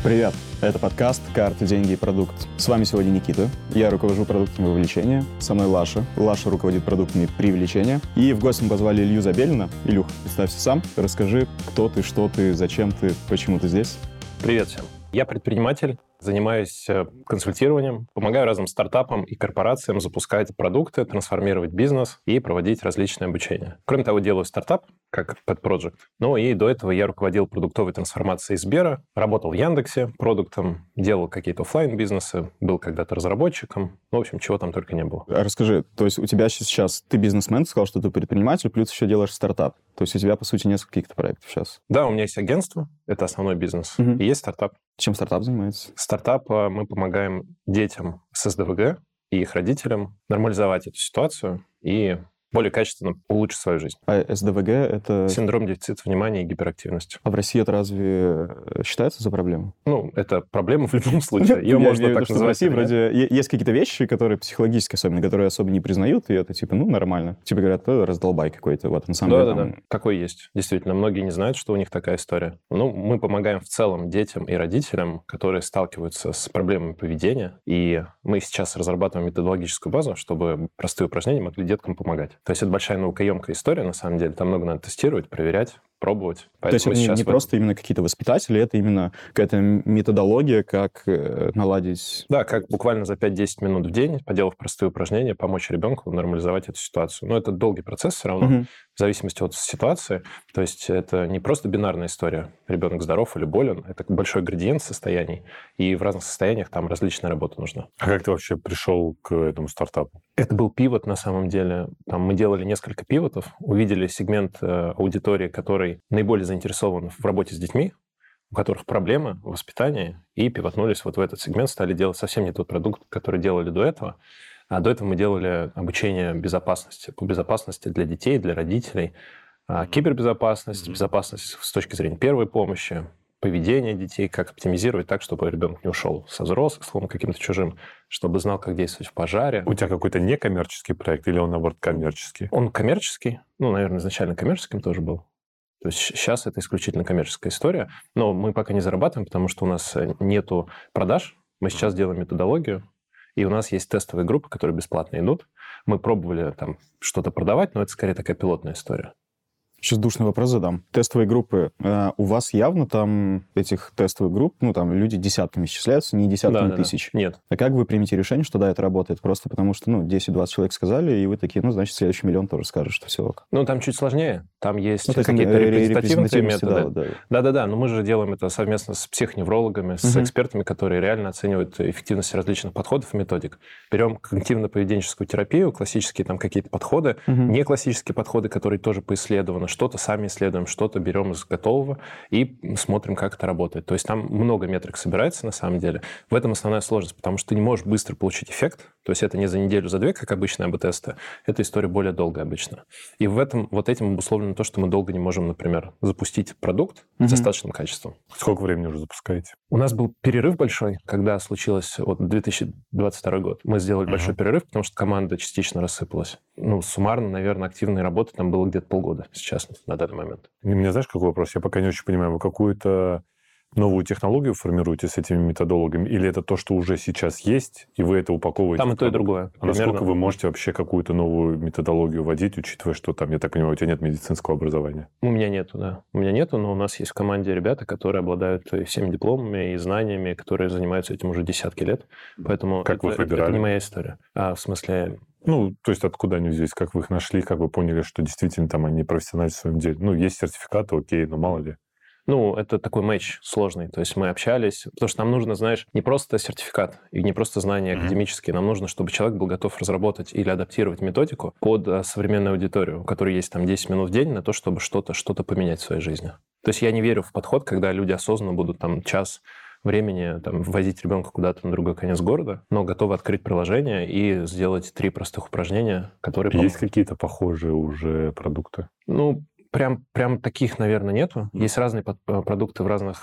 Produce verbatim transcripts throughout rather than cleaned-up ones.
Привет! Это подкаст «Карты, деньги и продукт». С вами сегодня Никита. Я руковожу продуктами вовлечения. Со мной Лаша. Лаша руководит продуктами привлечения. И в гости мы позвали Илью Забелина. Илюх, представься сам. Расскажи, кто ты, что ты, зачем ты, почему ты здесь. Привет всем. Я предприниматель, занимаюсь консультированием, помогаю разным стартапам и корпорациям запускать продукты, трансформировать бизнес и проводить различные обучения. Кроме того, делаю стартап, как Pet Project. Ну и до этого я руководил продуктовой трансформацией Сбера, работал в Яндексе продуктом, делал какие-то офлайн-бизнесы, был когда-то разработчиком. В общем, чего там только не было. Расскажи, то есть у тебя сейчас, ты бизнесмен, ты сказал, что ты предприниматель, плюс еще делаешь стартап. То есть у тебя, по сути, несколько каких-то проектов сейчас. Да, у меня есть агентство, это основной бизнес, Угу. и есть стартап. Чем стартап занимается? Стартап мы помогаем детям с эс дэ вэ гэ и их родителям нормализовать эту ситуацию и более качественно улучшить свою жизнь. А эс дэ вэ гэ — это... Синдром дефицита внимания и гиперактивность. А в России это разве считается за проблему? Ну, это проблема в любом случае. Ее можно так называть. В России вроде есть какие-то вещи, которые психологически особенно, которые особо не признают, и это типа, ну, нормально. Типа говорят, э, раздолбай какой-то. Вот, на самом да, деле... Да, там... да, такой есть. Действительно, многие не знают, что у них такая история. Ну, мы помогаем в целом детям и родителям, которые сталкиваются с проблемами поведения, и мы сейчас разрабатываем методологическую базу, чтобы простые упражнения могли деткам помогать. То есть это большая наукоемкая история, на самом деле. Там много надо тестировать, проверять, пробовать. Поэтому То есть это не, не просто именно какие-то воспитатели, это именно какая-то методология, как э, наладить... Да, как буквально за пять-десять минут в день, поделав простые упражнения, помочь ребенку нормализовать эту ситуацию. Но это долгий процесс все равно, угу. в зависимости от ситуации. То есть это не просто бинарная история. Ребенок здоров или болен. Это большой градиент состояний. И в разных состояниях там различная работа нужна. А как ты вообще пришел к этому стартапу? Это был пивот, на самом деле. Там мы делали несколько пивотов, увидели сегмент э, аудитории, который наиболее заинтересован в работе с детьми, у которых проблемы в воспитании, и пивотнулись вот в этот сегмент, стали делать совсем не тот продукт, который делали до этого. А до этого мы делали обучение безопасности, по безопасности для детей, для родителей, а кибербезопасность, безопасность с точки зрения первой помощи, поведение детей, как оптимизировать так, чтобы ребенок не ушел со взрослым, словом, каким-то чужим, чтобы знал, как действовать в пожаре. У тебя какой-то некоммерческий проект или он, наоборот, коммерческий? Он коммерческий. Ну, наверное, изначально коммерческим тоже был. То есть сейчас это исключительно коммерческая история. Но мы пока не зарабатываем, потому что у нас нету продаж. Мы сейчас делаем методологию, и у нас есть тестовые группы, которые бесплатно идут. Мы пробовали там что-то продавать, но это скорее такая пилотная история. Сейчас душный вопрос задам. Тестовые группы. Uh, у вас явно там этих тестовых групп, ну, там люди десятками исчисляются, не десятками да, тысяч. Да. Нет. А как вы примете решение, что да, это работает? Просто потому что, ну, десять-двадцать человек сказали, и вы такие, ну, значит, следующий миллион тоже скажет, что все ок. Ну, там чуть сложнее. Там есть, ну, какие-то репрезентативные методы. Да, да. Да-да-да, но мы же делаем это совместно с психоневрологами, с uh-huh. экспертами, которые реально оценивают эффективность различных подходов и методик. Берем когнитивно-поведенческую терапию, классические там какие-то подходы, uh-huh. не классические подходы, которые тоже поисследованы, что-то сами исследуем, что-то берем из готового и смотрим, как это работает. То есть там много метрик собирается на самом деле. В этом основная сложность, потому что ты не можешь быстро получить эффект. То есть это не за неделю, за две, как обычные эй би тесты. Эта история более долгая обычно. И в этом, вот этим обусловлено то, что мы долго не можем, например, запустить продукт mm-hmm. с достаточным качеством. Сколько времени уже запускаете? У нас был перерыв большой, когда случилось вот две тысячи двадцать второй год. Мы сделали mm-hmm. большой перерыв, потому что команда частично рассыпалась. Ну, суммарно, наверное, активной работы там было где-то полгода сейчас, на данный момент. И у меня, знаешь, какой вопрос? Я пока не очень понимаю. Вы какую-то новую технологию формируете с этими методологами? Или это то, что уже сейчас есть, и вы это упаковываете? Там и то, и другое. А насколько вы можете вообще какую-то новую методологию вводить, учитывая, что там, я так понимаю, у тебя нет медицинского образования? У меня нету, да. У меня нету, но у нас есть в команде ребята, которые обладают всеми дипломами и знаниями, которые занимаются этим уже десятки лет. Поэтому как это, вы выбирали? Это не моя история. А в смысле... Ну, то есть откуда они взялись, как вы их нашли, как вы поняли, что действительно там они профессионалы в своем деле? Ну, есть сертификаты, окей, но мало ли. Ну, это такой матч сложный. То есть мы общались, потому что нам нужно, знаешь, не просто сертификат и не просто знания mm-hmm. академические. Нам нужно, чтобы человек был готов разработать или адаптировать методику под современную аудиторию, у которой есть там десять минут в день на то, чтобы что-то, что-то поменять в своей жизни. То есть я не верю в подход, когда люди осознанно будут там час времени там, возить ребенка куда-то на другой конец города, но готовы открыть приложение и сделать три простых упражнения, которые... Есть помогут. Какие-то похожие уже продукты? Ну, Прям, прям таких, наверное, нету. Mm. Есть разные под, продукты в разных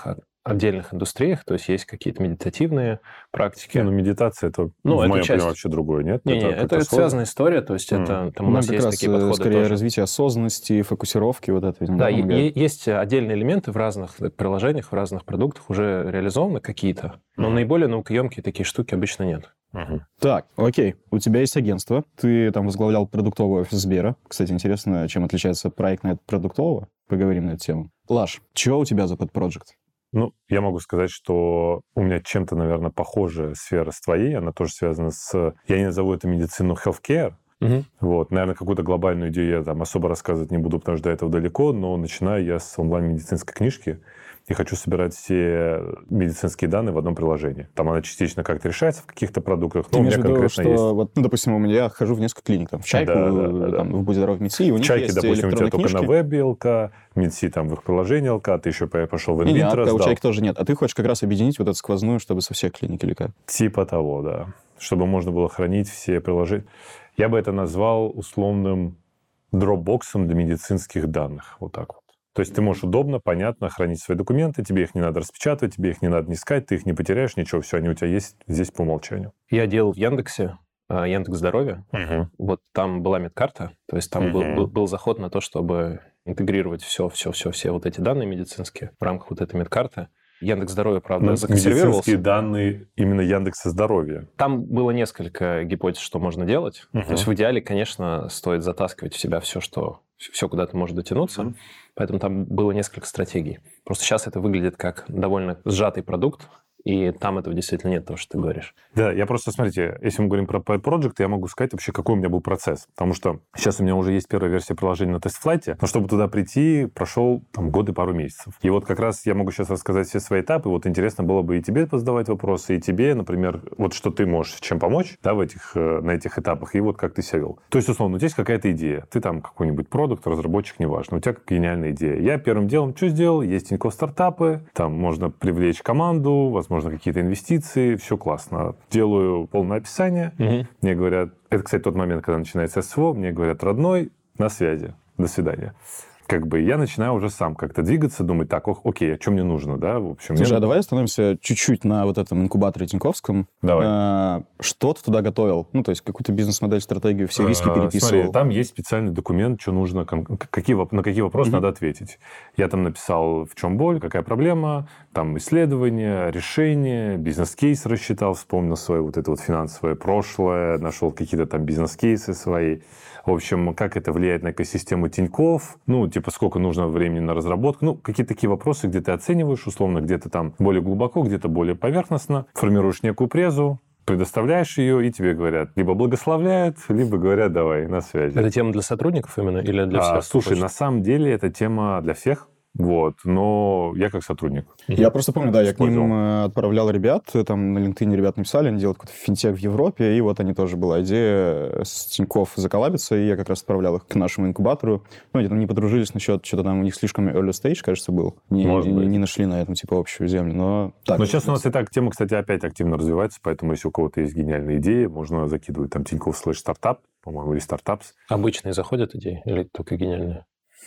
отдельных индустриях, то есть есть какие-то медитативные практики. Не, ну, медитация, это, ну, в это моем часть... понимании, вообще другое, нет? Не, это, не, это, это связанная история, то есть mm. это, там у ну, нас как есть раз такие подходы скорее тоже. развитие осознанности, фокусировки, вот это. Да, и, есть отдельные элементы в разных приложениях, в разных продуктах уже реализованы какие-то, но mm. наиболее наукоемкие такие штуки обычно нет. Uh-huh. Так, окей. У тебя есть агентство. Ты там возглавлял продуктовый офис Сбера. Кстати, интересно, чем отличается проектный от продуктового. Поговорим на эту тему. Лаш, чего у тебя за подпроджект? Ну, я могу сказать, что у меня чем-то, наверное, похожая сфера с твоей. Она тоже связана с... Я не назову это медицину healthcare. Uh-huh. Вот. Наверное, какую-то глобальную идею я там особо рассказывать не буду, потому что до этого далеко. Но начинаю я с онлайн-медицинской книжки. И хочу собирать все медицинские данные в одном приложении. Там она частично как-то решается в каких-то продуктах, но Ты у меня конкретно виду, что, есть. Вот, ну, допустим, у меня я хожу в несколько клиник, там, в Чайку, да, да, да, там, да. в Будь здоров Медси, у в них Чайке, есть допустим, у тебя только книжки. на вебе эл ка, Медси там в их приложении эл ка, ты еще пошел в Не, инвитро, не, а сдал. у Чайки тоже нет. А ты хочешь как раз объединить вот эту сквозную, чтобы со всех клиник или как? Типа того, да. Чтобы можно было хранить все приложения. Я бы это назвал условным дропбоксом для медицинских данных. Вот так вот. То есть ты можешь удобно, понятно хранить свои документы, тебе их не надо распечатывать, тебе их не надо не искать, ты их не потеряешь, ничего, все, они у тебя есть здесь по умолчанию. Я делал в Яндексе, Яндекс.Здоровье. Uh-huh. Вот там была медкарта, то есть там uh-huh. был, был, был заход на то, чтобы интегрировать все, все, все, все вот эти данные медицинские в рамках вот этой медкарты. Яндекс.Здоровье, правда, Но законсервировался. Медицинские данные именно Яндекса Здоровья. Там было несколько гипотез, что можно делать. Uh-huh. То есть в идеале, конечно, стоит затаскивать в себя все, что... все куда-то может дотянуться. Mm-hmm. Поэтому там было несколько стратегий. Просто сейчас это выглядит как довольно сжатый продукт, и там этого действительно нет, то, что ты говоришь. Да, я просто, смотрите, если мы говорим про Pet Project, я могу сказать вообще, какой у меня был процесс. Потому что сейчас у меня уже есть первая версия приложения на тест-флайте, но чтобы туда прийти, прошел там год и пару месяцев. И вот как раз я могу сейчас рассказать все свои этапы. Вот интересно было бы и тебе задавать вопросы, и тебе, например, вот что ты можешь чем помочь, да, в этих, на этих этапах, и вот как ты себя вел. То есть, условно, у тебя есть какая-то идея, ты там какой-нибудь продукт, разработчик, неважно, у тебя гениальная идея. Я первым делом что сделал? Есть Тинькофф стартапы, там можно привлечь команду, возможно, какие-то инвестиции, все классно. Делаю полное описание. Угу. Мне говорят... Это, кстати, тот момент, когда начинается эс вэ о. Мне говорят, родной, на связи. До свидания. Как бы я начинаю уже сам как-то двигаться, думать, так, ох, окей, а что мне нужно, да? В общем, Слушай, мне... а давай остановимся чуть-чуть на вот этом инкубаторе Тиньковском. Давай. А, что ты туда готовил? Ну, то есть какую-то бизнес-модель, стратегию, все риски а, переписывал? Смотри, там есть специальный документ, что нужно, какие, на какие вопросы mm-hmm. надо ответить. Я там написал, в чем боль, какая проблема, там исследование, решение, бизнес-кейс рассчитал, вспомнил свое вот это вот финансовое прошлое, нашел какие-то там бизнес-кейсы свои. В общем, как это влияет на экосистему Тинькофф, ну, типа, сколько нужно времени на разработку, ну, какие-то такие вопросы, где ты оцениваешь, условно, где-то там более глубоко, где-то более поверхностно, формируешь некую презу, предоставляешь ее, и тебе говорят, либо благословляют, либо говорят, давай, на связи. Это тема для сотрудников именно или для всех? А, слушай, на самом деле, это тема для всех. Вот, но я как сотрудник. Я просто помню, да, я к ним отправлял ребят, там на LinkedIn ребят написали, они делают какой-то финтех в Европе, и вот они тоже была идея с Тинькофф заколлабиться, и я как раз отправлял их к нашему инкубатору. Ну, они там не подружились насчет, что-то там у них слишком early stage, кажется, был. Не, не, не нашли на этом, типа, общую землю, но... Так, но сейчас у нас и так тема, кстати, опять активно развивается, поэтому если у кого-то есть гениальные идеи, можно закидывать там Тинькофф слэш стартап, по-моему, или стартапс. Обычные заходят идеи или только гениальные?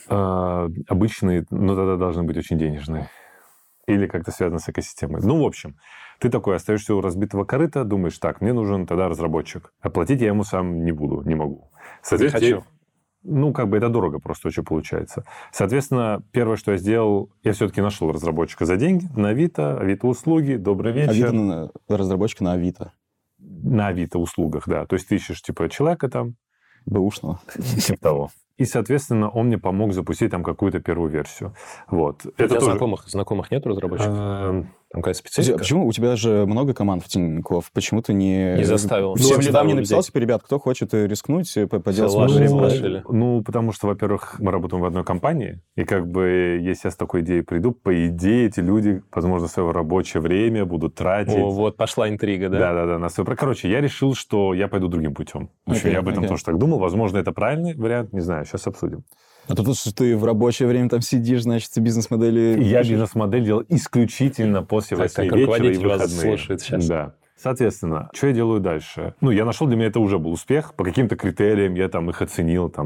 Uh, обычные, но тогда должны быть очень денежные. Или как-то связано с экосистемой. Ну, в общем, ты такой остаешься у разбитого корыта, думаешь, так, мне нужен тогда разработчик. Оплатить я ему сам не буду, не могу. Соответственно, хочу. Ну, как бы это дорого просто очень получается. Соответственно, первое, что я сделал, я все-таки нашел разработчика за деньги на Авито, Авито услуги, добрый вечер. Авито на, разработчика на Авито. На Авито услугах, да. То есть ты ищешь, типа, человека там. Бэушного. Типа того. И, соответственно, он мне помог запустить там какую-то первую версию. Вот. У тебя тоже... знакомых, знакомых нет разработчиков? А... Там какая-то специфика? Почему? У тебя же много команд в Тинькофф. Почему ты не... Не заставил. Всем лидам не написал, типа, ребят, кто хочет рискнуть, поделать свое время? Ну, потому что, во-первых, мы работаем в одной компании, и как бы, если я с такой идеей приду, по идее, эти люди, возможно, свое рабочее время будут тратить. О, вот, пошла интрига, да? Да-да-да. На свое... Короче, я решил, что я пойду другим путем. Okay, я об этом okay. тоже так думал. Возможно, это правильный вариант, не знаю, сейчас обсудим. А то, что ты в рабочее время там сидишь, значит, бизнес-модели... Я бизнес-модель делал исключительно после восьми вечера и выходные. Вас слушает сейчас. Да. Соответственно, что я делаю дальше? Ну, я нашел, для меня это уже был успех. По каким-то критериям я там их оценил. Там, ну,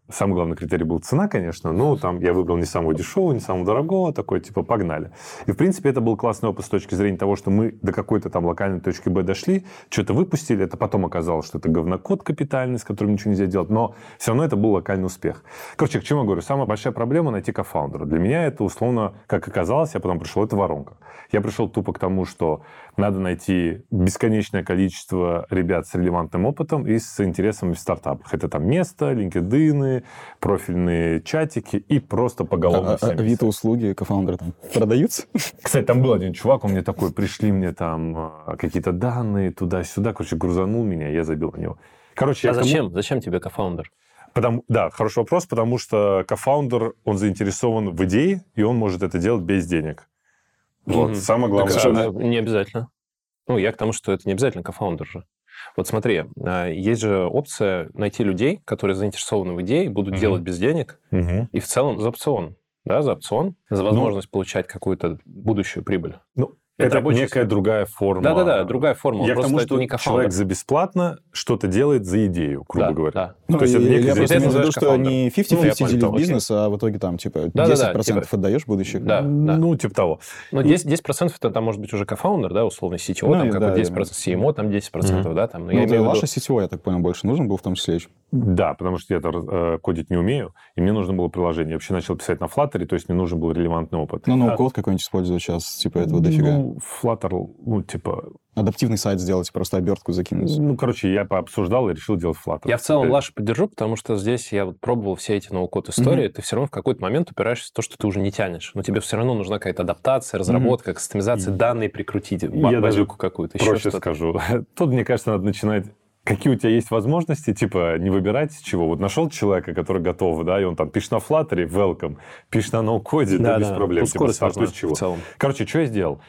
Самый главный критерий был цена, конечно. Ну, там я выбрал не самого дешевого, не самого дорогого. Такой, типа, погнали. И, в принципе, это был классный опыт с точки зрения того, что мы до какой-то там локальной точки Б дошли, что-то выпустили. Это потом оказалось, что это говнокод капитальный, с которым ничего нельзя делать. Но все равно это был локальный успех. Короче, к чему я говорю? Самая большая проблема — найти кофаундера. Для меня это, условно, как оказалось, я потом пришел, это воронка. Я пришел тупо к тому, что надо найти бесконечное количество ребят с релевантным опытом и с интересом в стартапах. Это там место, LinkedIn, профильные чатики и просто поголовно а, все. Авито-услуги кофаундеры там продаются? Кстати, там был один чувак, он мне такой, пришли мне там какие-то данные туда-сюда, короче, грузанул меня, я забил на него. Короче, а я зачем? Кому... Зачем тебе кофаундер? Потому, да, хороший вопрос, потому что кофаундер, он заинтересован в идее, и он может это делать без денег. Вот, mm-hmm. самое главное. Так, а, не обязательно. Ну, я к тому, что это не обязательно кофаундер же. Вот смотри, есть же опция найти людей, которые заинтересованы в идее, будут mm-hmm. делать без денег, mm-hmm. и в целом за опцион. Да, за опцион, за возможность ну, получать какую-то будущую прибыль. Ну, это, это некая другая форма. Да-да-да, другая форма. Я просто к тому, это что не человек за бесплатно что-то делает за идею, грубо да, говоря. Да. Ну, то есть и, это я просто имею в виду, что кофаундер. не пятьдесят на пятьдесят ну, делить бизнес, а в итоге там, типа, да, десять да, процентов типа, отдаешь будущих. Да, да. Ну, типа того. Ну, десять процентов это там может быть уже кофаундер, да, условный си ти о, ну, там какой-то да, десять процентов си эм о, там десять процентов, mm-hmm. да, там. Но ну, я имею в виду... Лаша си ти о, я так понял, больше нужен был в том числе. Да, потому что я э, кодить не умею, и мне нужно было приложение. Я вообще начал писать на Flutter, то есть мне нужен был релевантный опыт. Ну, ноу-код какой-нибудь использовать сейчас, типа этого дофига. Ну, Flutter, ну, типа... Адаптивный сайт сделать, просто обертку закинуть. Ну, короче, я пообсуждал и решил делать Flutter. Я в целом Лашу поддержу, потому что здесь я вот пробовал все эти ноу-код истории, mm-hmm. ты все равно в какой-то момент упираешься в то, что ты уже не тянешь. Но тебе все равно нужна какая-то адаптация, разработка, mm-hmm. кастомизация, данные прикрутить, я даже какую-то. Проще скажу. Тут, мне кажется, надо начинать... Какие у тебя есть возможности, типа, не выбирать чего. Вот нашел человека, который готов, да, и он там пишет на Flutter, welcome, пишет на ноу-коде, да, да, без да. проблем. Тут типа, стартуй с чего. Короче, что я сделал?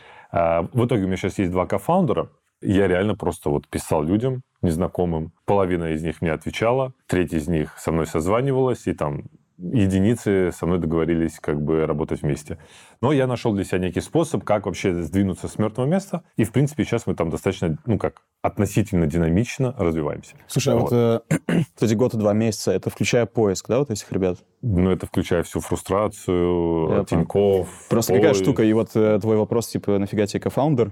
В итоге у меня сейчас есть два кофаундера. Я реально просто вот писал людям, незнакомым. Половина из них мне отвечала, треть из них со мной созванивалась, и там единицы со мной договорились как бы работать вместе. Но я нашел для себя некий способ, как вообще сдвинуться с мертвого места. И, в принципе, сейчас мы там достаточно, ну как, относительно динамично развиваемся. Слушай, вот. а вот э, эти год и два месяца, это включая поиск, да, вот этих ребят? Ну, это включая всю фрустрацию, Тинькофф. Просто какая штука, и вот э, твой вопрос, типа, нафига тебе кофаундер?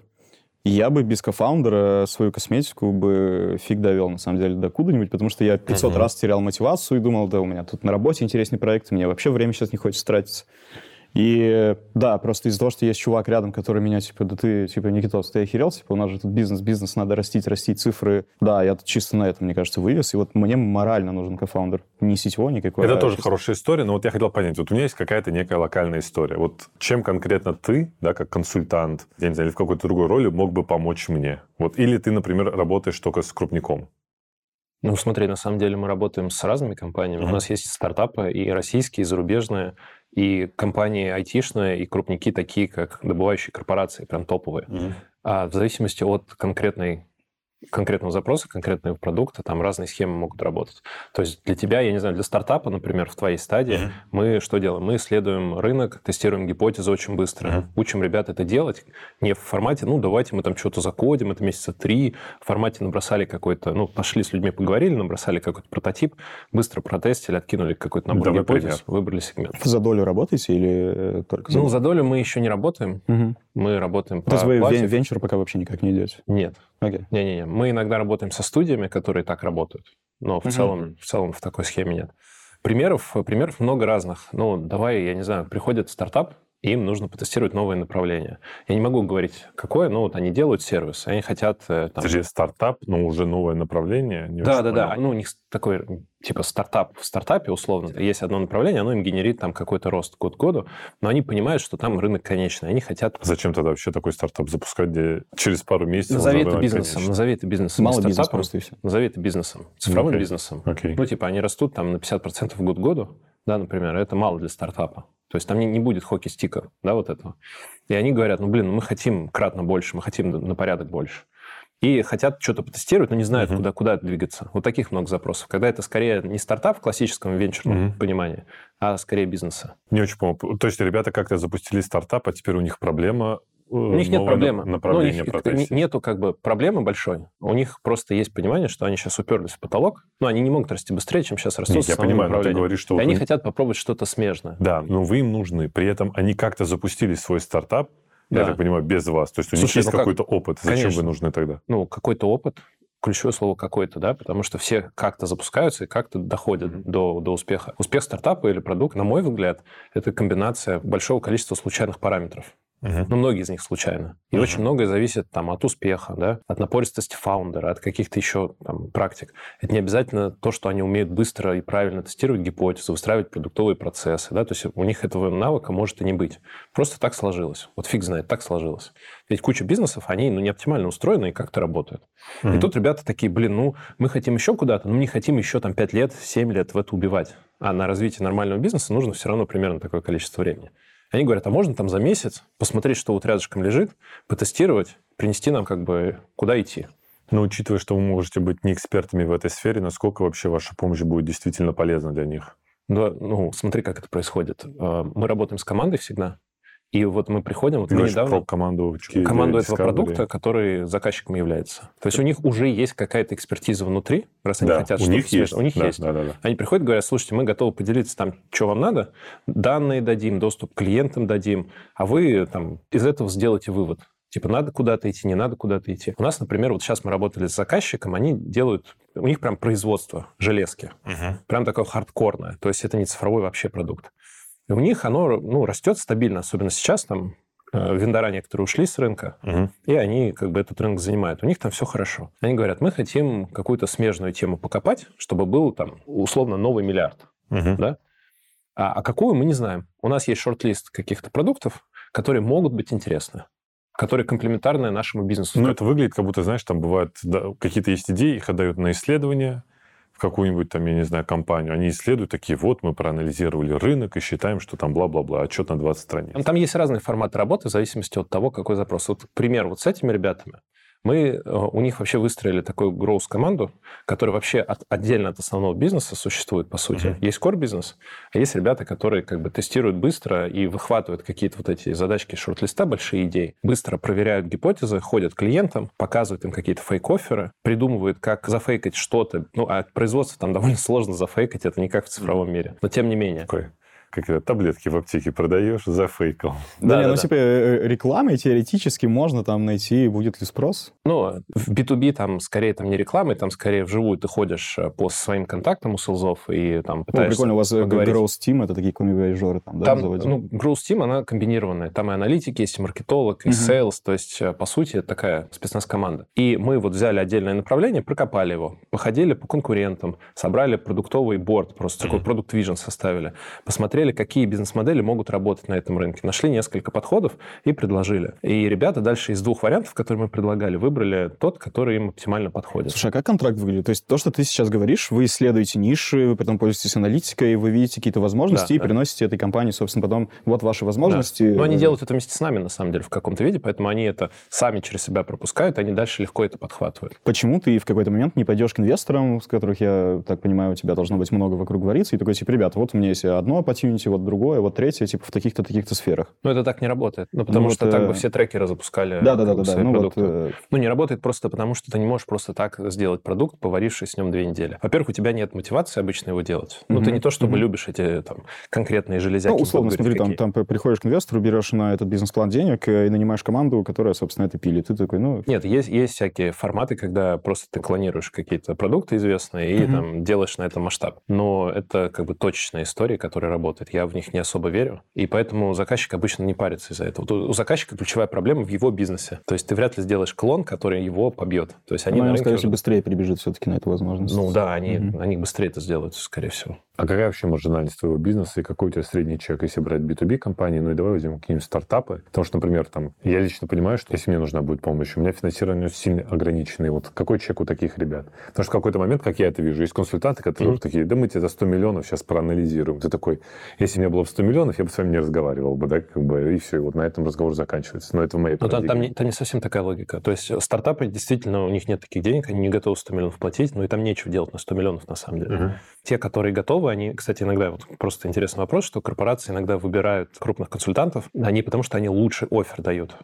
Я бы без кофаундера свою косметику бы фиг довел, на самом деле, до куда-нибудь, потому что я пятьсот uh-huh. раз терял мотивацию и думал, да, у меня тут на работе интересный проект, мне вообще время сейчас не хочется тратиться. И да, просто из-за того, что есть чувак рядом, который меня, типа, да ты, типа, Никитос, ты охерел? Типа, у нас же тут бизнес, бизнес, надо растить, растить цифры. Да, я тут чисто на этом, мне кажется, вывез. И вот мне морально нужен кофаундер. Не сетевой никакой. Это а тоже чисто... хорошая история, но вот я хотел понять, вот у меня есть какая-то некая локальная история. Вот чем конкретно ты, да, как консультант, я не знаю, или в какой-то другой роли мог бы помочь мне? Вот, или ты, например, работаешь только с крупником? Ну, смотри, на самом деле мы работаем с разными компаниями. Mm-hmm. У нас есть стартапы и российские, и зарубежные, и компании айтишные, и крупники такие, как добывающие корпорации, прям топовые. Mm-hmm. А в зависимости от конкретной конкретного запроса, конкретного продукта, там разные схемы могут работать. То есть для тебя, я не знаю, для стартапа, например, в твоей стадии, mm-hmm. мы что делаем? Мы исследуем рынок, тестируем гипотезы очень быстро, mm-hmm. учим ребят это делать не в формате, ну, давайте мы там что-то закодим, это месяца три, в формате набросали какой-то, ну, пошли с людьми поговорили, набросали какой-то прототип, быстро протестили, откинули какой-то набор Давай гипотез, пример. Выбрали сегмент. За долю работаете или только за... Ну, за долю мы еще не работаем. Mm-hmm. Мы работаем по То есть вы плате. в венчур пока вообще никак не идете? Нет. Okay. Не-не-не. Мы иногда работаем со студиями, которые так работают, но в, uh-huh. целом, в целом в такой схеме нет. Примеров, примеров много разных. Ну, давай, я не знаю, приходит стартап, и им нужно потестировать новые направления. Я не могу говорить, какое, но вот они делают сервис, они хотят... Там... Это же стартап, но уже новое направление? Да-да-да. Ну, у них такой, типа, стартап в стартапе, условно. Есть одно направление, оно им генерит там какой-то рост год к году, но они понимают, что там рынок конечный, они хотят... Зачем тогда вообще такой стартап запускать, где через пару месяцев... Назови это бизнесом, конечный. назови это бизнесом. Мало бизнес просто и все. Назови это бизнесом, цифровым okay. бизнесом. Okay. Ну, типа, они растут там на пятьдесят процентов год к году, да, например, это мало для стартапа. То есть там не, не будет хоки-стика, да, вот этого. И они говорят, ну, блин, мы хотим кратно больше, мы хотим на порядок больше. И хотят что-то потестировать, но не знают, uh-huh. куда, куда двигаться. Вот таких много запросов. Когда это скорее не стартап в классическом венчурном uh-huh. понимании, а скорее бизнеса. Не очень помню. То есть ребята как-то запустили стартап, а теперь у них проблема У них нет проблемы. направления ну, профессии. Нету как бы проблемы большой. У них просто есть понимание, что они сейчас уперлись в потолок, но они не могут расти быстрее, чем сейчас растут. Нет, я понимаю, но ты говоришь, что... И вот они им... хотят попробовать что-то смежное. Да, но вы им нужны. При этом они как-то запустили свой стартап, да. я так понимаю, без вас. То есть у них Слушай, есть ну какой-то как... опыт. Зачем Конечно. вы нужны тогда? Ну, какой-то опыт. Ключевое слово «какой-то», да, потому что все как-то запускаются и как-то доходят mm-hmm. до, до успеха. Успех стартапа или продукта, на мой взгляд, это комбинация большого количества случайных параметров. Uh-huh. Но многие из них случайно. И uh-huh. очень многое зависит там, от успеха, да, от напористости фаундера, от каких-то еще там, практик. Это не обязательно то, что они умеют быстро и правильно тестировать гипотезы, выстраивать продуктовые процессы. Да? То есть у них этого навыка может и не быть. Просто так сложилось. Вот фиг знает, так сложилось. Ведь куча бизнесов, они ну, не оптимально устроены и как-то работают. Uh-huh. И тут ребята такие, блин, ну мы хотим еще куда-то, но не хотим еще там пять лет, семь лет в это убивать. А на развитие нормального бизнеса нужно все равно примерно такое количество времени. Они говорят, а можно там за месяц посмотреть, что вот рядышком лежит, потестировать, принести нам как бы куда идти. Но учитывая, что вы можете быть не экспертами в этой сфере, насколько вообще ваша помощь будет действительно полезна для них? Да, ну, смотри, как это происходит. Мы работаем с командой всегда. И вот мы приходим... Вот Ты мы недавно, про команду, команду этого продукта, который заказчиком является. То есть у них уже есть какая-то экспертиза внутри, раз они да, хотят у что-то них есть. У них да, есть. Да, да, да. Они приходят и говорят, слушайте, мы готовы поделиться там, что вам надо, данные дадим, доступ к клиентам дадим, а вы там из этого сделайте вывод. Типа, надо куда-то идти, не надо куда-то идти. У нас, например, вот сейчас мы работали с заказчиком, они делают... У них прям производство железки. Угу. Прям такое хардкорное. То есть это не цифровой вообще продукт. И у них оно ну, растет стабильно, особенно сейчас там вендора некоторые ушли с рынка, uh-huh. и они как бы этот рынок занимают. У них там все хорошо. Они говорят, мы хотим какую-то смежную тему покопать, чтобы был там условно новый миллиард. Uh-huh. Да? А, а какую мы не знаем. У нас есть шорт-лист каких-то продуктов, которые могут быть интересны, которые комплементарны нашему бизнесу. Ну, это выглядит, как будто, знаешь, там бывают да, какие-то есть идеи, их отдают на исследование, в какую-нибудь там, я не знаю, компанию, они исследуют, такие, вот, мы проанализировали рынок и считаем, что там бла-бла-бла, отчет на двадцать страниц. Там есть разные форматы работы в зависимости от того, какой запрос. Вот, к примеру, вот с этими ребятами мы у них вообще выстроили такую гроус-команду, которая вообще от, отдельно от основного бизнеса существует, по сути. Uh-huh. Есть core-бизнес, а есть ребята, которые как бы тестируют быстро и выхватывают какие-то вот эти задачки шорт-листа, большие идеи, быстро проверяют гипотезы, ходят к клиентам, показывают им какие-то фейк-офферы, придумывают, как зафейкать что-то. Ну, а производство там довольно сложно зафейкать, это не как в цифровом мире. Но тем не менее. Okay. Как это, таблетки в аптеке продаешь, зафейкал. Да, да, не, да ну, да. типа, рекламой теоретически можно там найти, будет ли спрос? Ну, в би ту би там скорее там не рекламой, там скорее вживую ты ходишь по своим контактам у селзов и там пытаешься... Ну, прикольно, у вас поговорить. Growth Team, это такие комивайжеры там, да, там, заводят? Ну, Growth Team, она комбинированная. Там и аналитики есть, и маркетолог, и uh-huh. sales, то есть, по сути, это такая спецназ-команда. И мы вот взяли отдельное направление, прокопали его, походили по конкурентам, собрали продуктовый борд, просто uh-huh. такой продукт vision составили, посмотрели, какие бизнес-модели могут работать на этом рынке. Нашли несколько подходов и предложили. И ребята дальше из двух вариантов, которые мы предлагали, выбрали тот, который им оптимально подходит. Слушай, а как контракт выглядит? То есть то, что ты сейчас говоришь, вы исследуете ниши, вы потом пользуетесь аналитикой, вы видите какие-то возможности да, и да. приносите этой компании, собственно, потом вот ваши возможности. Да. Но они делают это вместе с нами, на самом деле, в каком-то виде, поэтому они это сами через себя пропускают, они дальше легко это подхватывают. Почему ты в какой-то момент не пойдешь к инвесторам, с которых, я так понимаю, у тебя должно быть много вокруг говорится, и такой, типа, ребята, вот у меня есть одно opportunity, вот другое, вот третье, типа, в таких-то, таких-то сферах. Ну, это так не работает. Ну, потому ну, что вот, так бы все трекеры запускали да, да, да, да, свои ну, продукты. Вот, э... Ну, не работает просто потому, что ты не можешь просто так сделать продукт, поварившись с ним две недели. Во-первых, у тебя нет мотивации обычно его делать. Mm-hmm. Ну, ты не то, чтобы mm-hmm. любишь эти там конкретные железяки. Ну, условно, смотри, там, там приходишь к инвестору, берешь на этот бизнес-план денег и нанимаешь команду, которая, собственно, это пилит. Ты такой, ну... Нет, есть, есть всякие форматы, когда просто ты клонируешь какие-то продукты известные и mm-hmm. там делаешь на этом масштаб. Но это как бы точечная история, которая работает. Я в них не особо верю. И поэтому заказчик обычно не парится из-за этого. У заказчика ключевая проблема в его бизнесе. То есть ты вряд ли сделаешь клон, который его побьет. То есть они, ну, на рынке скорее уже... быстрее прибежит все-таки на эту возможность. Ну да, они, mm-hmm. они быстрее это сделают, скорее всего. А какая вообще маржинальность твоего бизнеса и какой у тебя средний чек, если брать би ту би компании? Ну и давай возьмем какие-нибудь стартапы. Потому что, например, там, я лично понимаю, что если мне нужна будет помощь, у меня финансирование сильно ограниченное. Вот какой чек у таких ребят? Потому что в какой-то момент, как я это вижу, есть консультанты, которые mm-hmm. такие, да мы тебе за сто миллионов сейчас проанализируем. Ты такой, если у меня было бы сто миллионов, я бы с вами не разговаривал бы, да, как бы, и все, и вот на этом разговор заканчивается. Но это в моей парадигме. Там, там, не, там не совсем такая логика. То есть стартапы, действительно, у них нет таких денег, они не готовы сто миллионов платить, но и там нечего делать на сто миллионов на самом деле. Uh-huh. Те, которые готовы, они, кстати, иногда, вот просто интересный вопрос, что корпорации иногда выбирают крупных консультантов, они потому что они лучший оффер дают.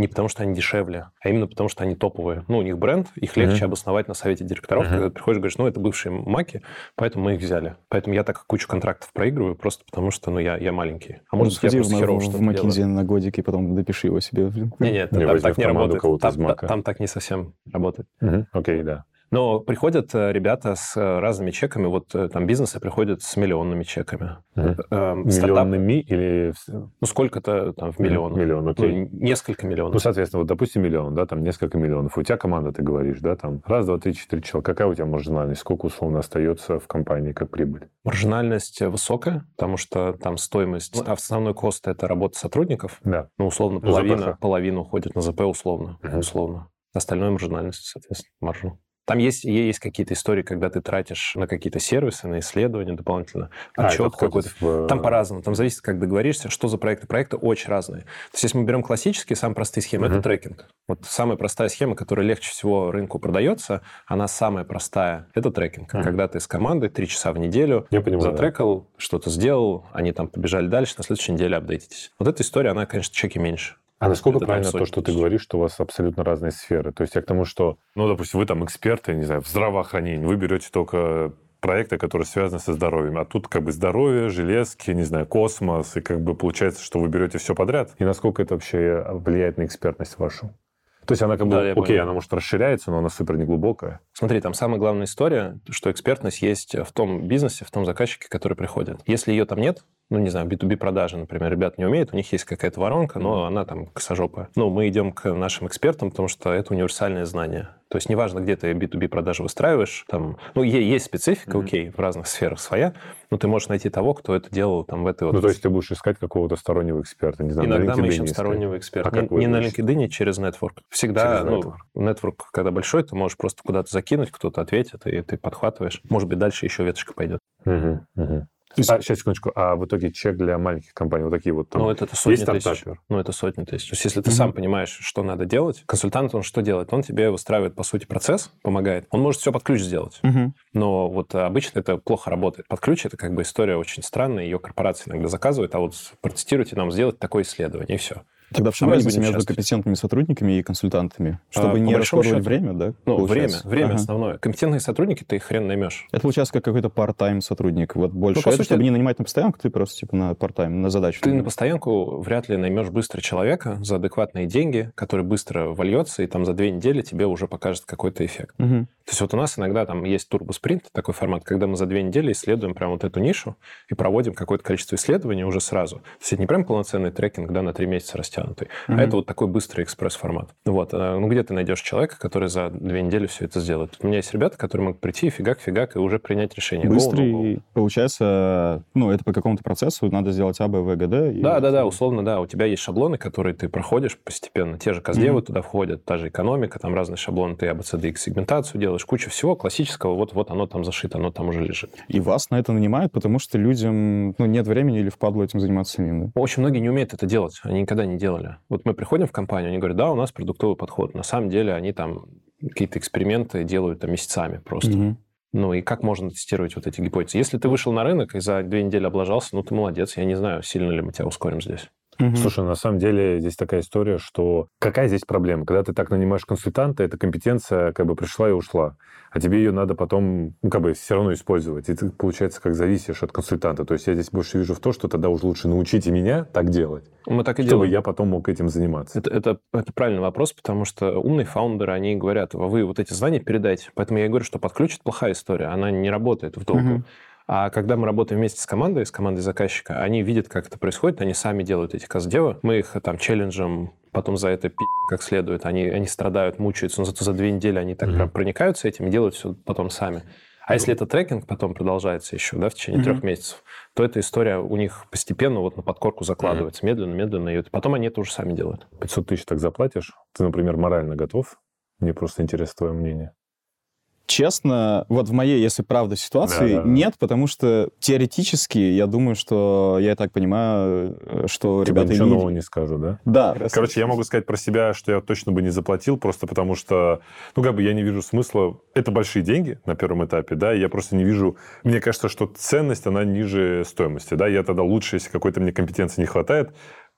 не потому, что они дешевле, а именно потому, что они топовые. Ну, у них бренд, их легче uh-huh. обосновать на совете директоров, uh-huh. когда ты приходишь и говоришь, ну, это бывшие маки, поэтому мы их взяли. Поэтому я так кучу контрактов проигрываю, просто потому что, ну, я, я маленький. А может, ну, я просто херово в, что-то в McKinsey на годик и потом допиши его себе. Не-нет, там так не работает. Там, там, там так не совсем работает. Окей, uh-huh. okay, да. Но приходят ребята с разными чеками, вот там бизнесы приходят с миллионными чеками. Mm-hmm. Эм, миллионными или... Ну, сколько-то там в миллионах. Миллион, окей. Ну, несколько миллионов. Ну, соответственно, вот, допустим, миллион, да, там несколько миллионов. У тебя команда, ты говоришь, да, там раз, два, три, четыре человека. Какая у тебя маржинальность? Сколько, условно, остается в компании как прибыль? Маржинальность высокая, потому что там стоимость... Ну, основной кост – это работа сотрудников. Да. Ну, условно, половина, половина уходит на ЗП, условно. Mm-hmm. условно. Остальное маржинальность, соответственно, маржу. Там есть, есть какие-то истории, когда ты тратишь на какие-то сервисы, на исследования дополнительно, отчет а, какой-то. В... Там по-разному. Там зависит, как договоришься, что за проекты. Проекты очень разные. То есть, если мы берем классические, самые простые схемы, uh-huh. это трекинг. Вот самая простая схема, которая легче всего рынку продается, она самая простая. Это трекинг. Uh-huh. Когда ты с командой три часа в неделю затрекал, да. что-то сделал, они там побежали дальше, на следующей неделе апдейтитесь. Вот эта история, она, конечно, чеки меньше. А насколько это правильно то, что ты говоришь, что у вас абсолютно разные сферы? То есть я к тому, что, ну, допустим, вы там эксперты, не знаю, в здравоохранении, вы берете только проекты, которые связаны со здоровьем, а тут как бы здоровье, железки, не знаю, космос, и как бы получается, что вы берете все подряд. И насколько это вообще влияет на экспертность вашу? То есть она как бы, да, окей, понял. Она может расширяется, но она супер неглубокая. Смотри, там самая главная история, что экспертность есть в том бизнесе, в том заказчике, который приходит. Если ее там нет, ну, не знаю, би ту би продажи, например, ребят не умеют, у них есть какая-то воронка, но она там косожопая. Ну, мы идем к нашим экспертам, потому что это универсальное знание. То есть неважно, где ты би ту би продажи выстраиваешь, там, ну, есть специфика, mm-hmm. окей, в разных сферах своя, но ты можешь найти того, кто это делал там в этой вот... Ну, то есть ты будешь искать какого-то стороннего эксперта, не знаю, иногда на LinkedIn мы ищем искать. стороннего эксперта. А не не на LinkedIn, через Network. Всегда, через network. ну, Network, когда большой, ты можешь просто куда-то закинуть, кто-то ответит, и ты подхватываешь. Может быть, дальше еще веточка пойдет. Mm-hmm. Mm-hmm. Есть... А, сейчас, секундочку. А в итоге чек для маленьких компаний, вот такие вот там... Ну, это, это сотни тысяч. Ну, это сотни тысяч. То есть, если ты mm-hmm. сам понимаешь, что надо делать, консультант, он что делает? Он тебе выстраивает, по сути, процесс, помогает. Он может все под ключ сделать. Mm-hmm. Но вот обычно это плохо работает. Под ключ это как бы история очень странная, ее корпорация иногда заказывает, а вот протестируйте нам сделать такое исследование, и все. Тогда в чем разница между компетентными сотрудниками и консультантами? Чтобы а, не расходовать время, да? Ну, получается? время, время ага. основное. Компетентные сотрудники ты их хрен наймешь. Это получается как какой-то part-time сотрудник. Вот больше. Ну, это, сути, чтобы не нанимать на постоянку, ты просто типа на part-time, на задачу. Ты нанимаешь. На постоянку вряд ли наймешь быстро человека за адекватные деньги, который быстро вольется, и там за две недели тебе уже покажет какой-то эффект. Угу. То есть вот у нас иногда там есть турбоспринт, такой формат, когда мы за две недели исследуем прям вот эту нишу и проводим какое-то количество исследований уже сразу. То есть это не прям полноценный трекинг, да, на три месяца растянутый, угу. а это вот такой быстрый экспресс-формат. Вот. Ну, где ты найдешь человека, который за две недели все это сделает? У меня есть ребята, которые могут прийти, фигак-фигак, и уже принять решение. Быстрый, go, go, go. Получается, ну, это по какому-то процессу, надо сделать А, Б, В, Г, Д. И... Да, да, да, условно, да. У тебя есть шаблоны, которые ты проходишь постепенно. Те же каздевы mm-hmm. туда входят, та же экономика, там разные шаблоны, ты А, Б, С, Д, Х, сегментацию делаешь, куча всего классического, вот, вот оно там зашито, оно там уже лежит. И вас на это нанимают, потому что людям, ну, нет времени или впадло этим заниматься самим, да? Очень многие не умеют это делать, они никогда не делали. Вот мы приходим в компанию, они говорят, да, у нас продуктовый подход. На самом деле они там какие-то эксперименты делают там месяцами просто. Mm-hmm. Ну и как можно тестировать вот эти гипотезы? Если ты вышел на рынок и за две недели облажался, ну ты молодец. Я не знаю, сильно ли мы тебя ускорим здесь. Угу. Слушай, на самом деле здесь такая история, что какая здесь проблема? Когда ты так нанимаешь консультанта, эта компетенция как бы пришла и ушла, а тебе ее надо потом, ну, как бы все равно использовать. И ты, получается, как зависишь от консультанта. То есть я здесь больше вижу в том, что тогда уже лучше научите меня так делать, мы так и чтобы делаем. я потом мог этим заниматься. Это, это, это правильный вопрос, потому что умные фаундеры, они говорят, вы вот эти знания передайте. Поэтому я и говорю, что под ключ это плохая история, она не работает в долгую. Угу. А когда мы работаем вместе с командой, с командой заказчика, они видят, как это происходит, они сами делают эти каздевы, мы их там челленджем, потом за это пи*** как следует, они, они страдают, мучаются, но зато за две недели они так mm-hmm. прям проникаются этим и делают все потом сами. А mm-hmm. если это трекинг потом продолжается еще, да, в течение mm-hmm. трех месяцев, то эта история у них постепенно вот на подкорку закладывается, mm-hmm. медленно, медленно, и потом они это уже сами делают. пятьсот тысяч так заплатишь, ты, например, морально готов? Мне просто интересно твое мнение. Честно, вот в моей, если правда, ситуации да, да, нет, да. потому что теоретически я думаю, что я и так понимаю, что тебе ребята... ничего не... нового не скажу, да? Да. Короче, я могу сказать про себя, что я точно бы не заплатил, просто потому что, ну, как бы я не вижу смысла... Это большие деньги на первом этапе, да, и я просто не вижу... Мне кажется, что ценность, она ниже стоимости, да, я тогда лучше, если какой-то мне компетенции не хватает,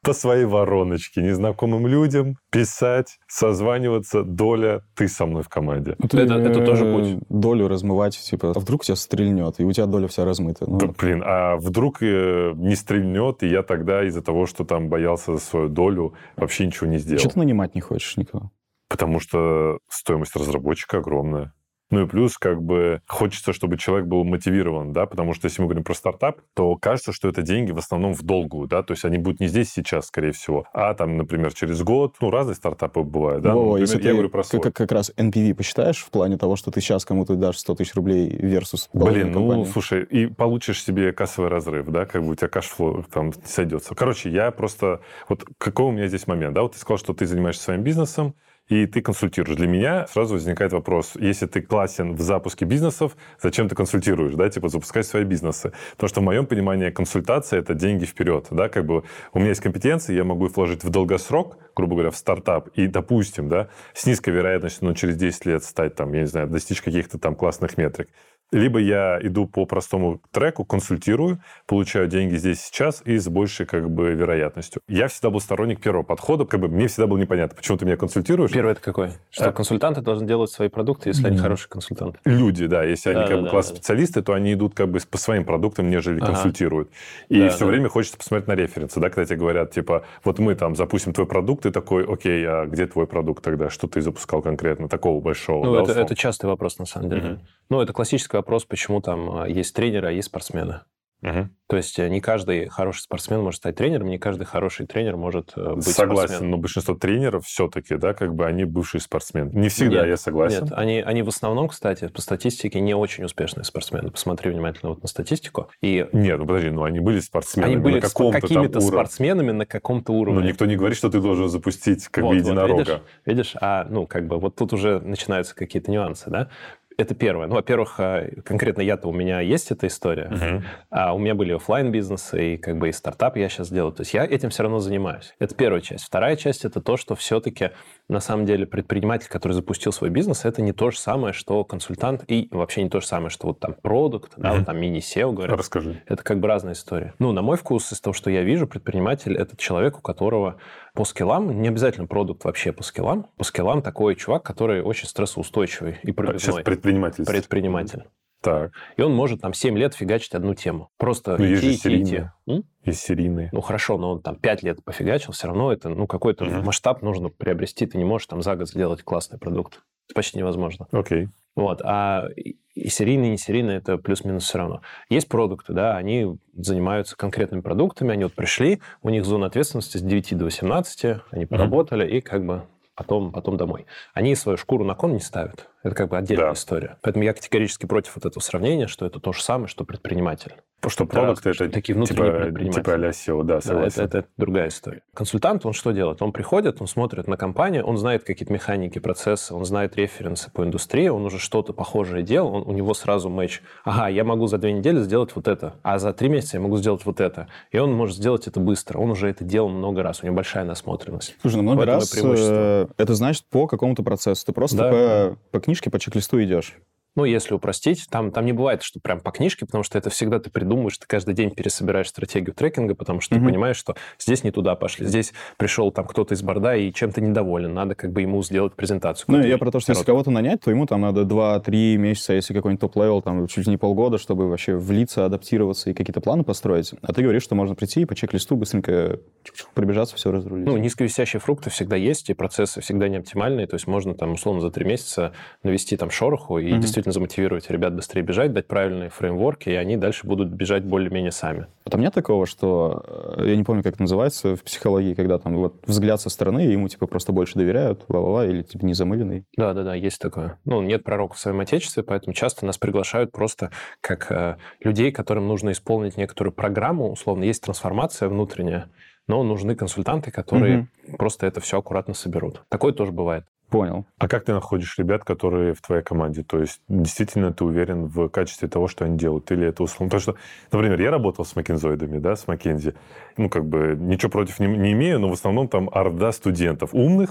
по своей вороночке, незнакомым людям писать, созваниваться, доля, ты со мной в команде. Ну, ты, это, это тоже путь. Долю размывать, типа, а вдруг тебя стрельнет, и у тебя доля вся размыта. Ну, да, блин, а вдруг э, не стрельнет, и я тогда из-за того, что там боялся за свою долю, вообще ничего не сделал. Что ты нанимать не хочешь никого? Потому что стоимость разработчика огромная. Ну и плюс, как бы, хочется, чтобы человек был мотивирован, да, потому что если мы говорим про стартап, то кажется, что это деньги в основном в долгую, да, то есть они будут не здесь сейчас, скорее всего, а там, например, через год, ну, разные стартапы бывают, да. Во, ну, например, если я ты говорю про свой. Как, как раз эн пи ви посчитаешь в плане того, что ты сейчас кому-то дашь сто тысяч рублей versus Блин, ну, компании. слушай, и получишь себе кассовый разрыв, да, как бы у тебя кэшфлоу там не сойдется. Короче, я просто... Вот какой у меня здесь момент, да, вот ты сказал, что ты занимаешься своим бизнесом, и ты консультируешь. Для меня сразу возникает вопрос, если ты классен в запуске бизнесов, зачем ты консультируешь, да, типа запускать свои бизнесы? Потому что в моем понимании консультация – это деньги вперед, да, как бы у меня есть компетенции, я могу их вложить в долгосрок, грубо говоря, в стартап, и, допустим, да, с низкой вероятностью, ну, через десять лет стать там, я не знаю, достичь каких-то там классных метрик. Либо я иду по простому треку, консультирую, получаю деньги здесь сейчас и с большей как бы вероятностью. Я всегда был сторонник первого подхода. Как бы мне всегда было непонятно, почему ты меня консультируешь. Первый это какой? Что а... консультанты должны делать свои продукты, если mm-hmm. они хорошие консультанты. Люди, да. Если да, они как да, бы да, класс-специалисты, да. то они идут как бы по своим продуктам, нежели ага. консультируют. И да, все да. время хочется посмотреть на референсы, да, когда тебе говорят, типа, вот мы там запустим твой продукт, и такой, окей, а где твой продукт тогда? Что ты запускал конкретно? Такого большого. Ну, да, это, это частый вопрос, на самом деле. Mm-hmm. Ну, это классический вопрос, почему там есть тренеры, а есть спортсмены. Угу. То есть не каждый хороший спортсмен может стать тренером, не каждый хороший тренер может быть согласен, спортсменом. Но большинство тренеров все-таки, да, как бы они бывшие спортсмены. Не всегда, нет, я согласен. Нет, они, они в основном, кстати, по статистике не очень успешные спортсмены. Посмотри внимательно вот на статистику. И... Нет, ну подожди, ну они были спортсменами они были на каком-то какими-то там спортсменами на каком-то уровне. Но никто не говорит, что ты должен запустить как вот, бы единорога. Вот, видишь, видишь, а ну как бы вот тут уже начинаются какие-то нюансы, да? Это первое. Ну, во-первых, конкретно я-то, у меня есть эта история. Uh-huh. А у меня были офлайн бизнесы и как бы и стартап я сейчас делаю. То есть я этим все равно занимаюсь. Это первая часть. Вторая часть – это то, что все-таки на самом деле предприниматель, который запустил свой бизнес, это не то же самое, что консультант, и вообще не то же самое, что вот там продукт, uh-huh. да, вот там мини-сео, говорят. Расскажи. Это как бы разная история. Ну, на мой вкус, из того, что я вижу, предприниматель – это человек, у которого по скиллам, не обязательно продукт вообще по скиллам, по скиллам такой чувак, который очень стрессоустойчивый и пробивной. Сейчас предприниматель. Предприниматель. Так. И он может там семь лет фигачить одну тему. Просто ну, идти, есть идти, идти. М? Есть серийные. Ну, хорошо, но он там пять лет пофигачил, все равно это, ну, какой-то uh-huh. масштаб нужно приобрести. Ты не можешь там за год сделать классный продукт. Это почти невозможно. Окей. Okay. Вот. А и серийные, и не серийные, это плюс-минус все равно. Есть продукты, да, они занимаются конкретными продуктами, они вот пришли, у них зона ответственности с девяти до восемнадцати, они поработали, uh-huh. и как бы потом, потом домой. Они свою шкуру на кон не ставят. Это как бы отдельная да. история. Поэтому я категорически против вот этого сравнения, что это то же самое, что предприниматель. Что продукт это такие внутренние типа, предприниматели. Типа а-ля сео, да, согласен. Да, это, это другая история. Консультант, он что делает? Он приходит, он смотрит на компанию, он знает какие-то механики, процессы, он знает референсы по индустрии, он уже что-то похожее делал, он, у него сразу матч. Ага, я могу за две недели сделать вот это, а за три месяца я могу сделать вот это. И он может сделать это быстро. Он уже это делал много раз, у него большая насмотренность. Слушай, ну много раз э, это значит по какому-то процессу. Ты просто да. по, по книжке, по чек-листу идешь. Ну, если упростить, там, там не бывает, что прям по книжке, потому что это всегда ты придумываешь, ты каждый день пересобираешь стратегию трекинга, потому что mm-hmm. ты понимаешь, что здесь не туда пошли, здесь пришел там кто-то из борда и чем-то недоволен, надо как бы ему сделать презентацию. Ну, я про то, что если кого-то нанять, то ему там надо два-три месяца, если какой-нибудь топ-левел, там чуть не полгода, чтобы вообще влиться, адаптироваться и какие-то планы построить. А ты говоришь, что можно прийти и по чек-листу быстренько пробежаться, все разрулить. Ну, низковисящие фрукты всегда есть, и процессы всегда не оптимальные, то есть можно там условно за три месяца навести там шороху и mm-hmm. действительно замотивировать ребят быстрее бежать, дать правильные фреймворки, и они дальше будут бежать более-менее сами. А там нет такого, что, я не помню, как это называется в психологии, когда там вот взгляд со стороны, и ему типа просто больше доверяют, ла-ла-ла, или типа незамыленный? Да-да-да, есть такое. Ну, нет пророков в своем отечестве, поэтому часто нас приглашают просто как э, людей, которым нужно исполнить некоторую программу, условно, есть трансформация внутренняя, но нужны консультанты, которые угу. просто это все аккуратно соберут. Такое тоже бывает. Понял. А как ты находишь ребят, которые в твоей команде? То есть действительно ты уверен в качестве того, что они делают? Или это условно? Потому что, например, я работал с маккензоидами, да, с Маккензи. Ну, как бы ничего против не, не имею, но в основном там орда студентов умных,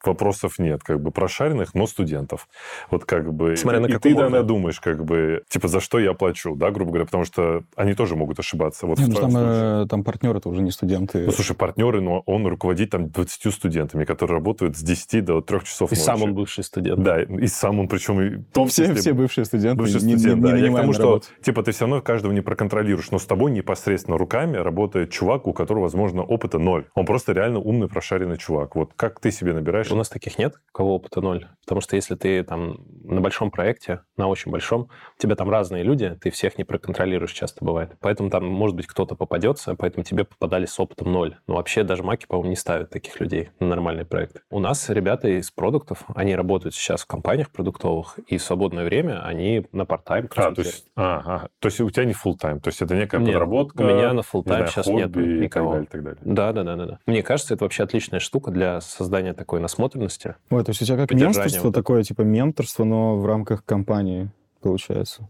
вопросов нет, как бы прошаренных, но студентов. Вот как бы... Смотря на и каком ты, уровне. наверное, думаешь, как бы, типа, за что я плачу, да, грубо говоря, потому что они тоже могут ошибаться. Вот Не, в ну, твоем там, случае. э, там партнеры-то уже не студенты. Ну, слушай, партнеры, но он руководит там двадцатью студентами, которые работают с десяти до трёх часов И ночи. сам он бывший студент. Да, и сам он, причем... И в том все, числе все бывшие студенты, бывший не, студент, не, да. не Я к нанимаем тому, на что, работу. типа, ты все равно каждого не проконтролируешь, но с тобой непосредственно руками работает чувак, у которого, возможно, опыта ноль. Он просто реально умный, прошаренный чувак. Вот как ты себе набираешь? У нас таких нет, у кого опыта ноль. Потому что если ты там на большом проекте, на очень большом, у тебя там разные люди, ты всех не проконтролируешь, часто бывает. Поэтому там, может быть, кто-то попадется, поэтому тебе попадали с опытом ноль. Но вообще даже маки, по-моему, не ставят таких людей на нормальные проекты. У нас ребята из продуктов, они работают сейчас в компаниях продуктовых, и в свободное время они на парт-тайм. А, то есть, а, а, то есть у тебя не full-time, то есть это некая Нет, подработка? у меня на full-time не знаю, сейчас хобби нет никого. И так далее, и так далее. Да, да, да, да, да. Мне кажется, это вообще отличная штука для создания такой насмотренности. Ой, то есть у тебя как Поддержание менторство вот такое, типа менторство, но в рамках компании получается.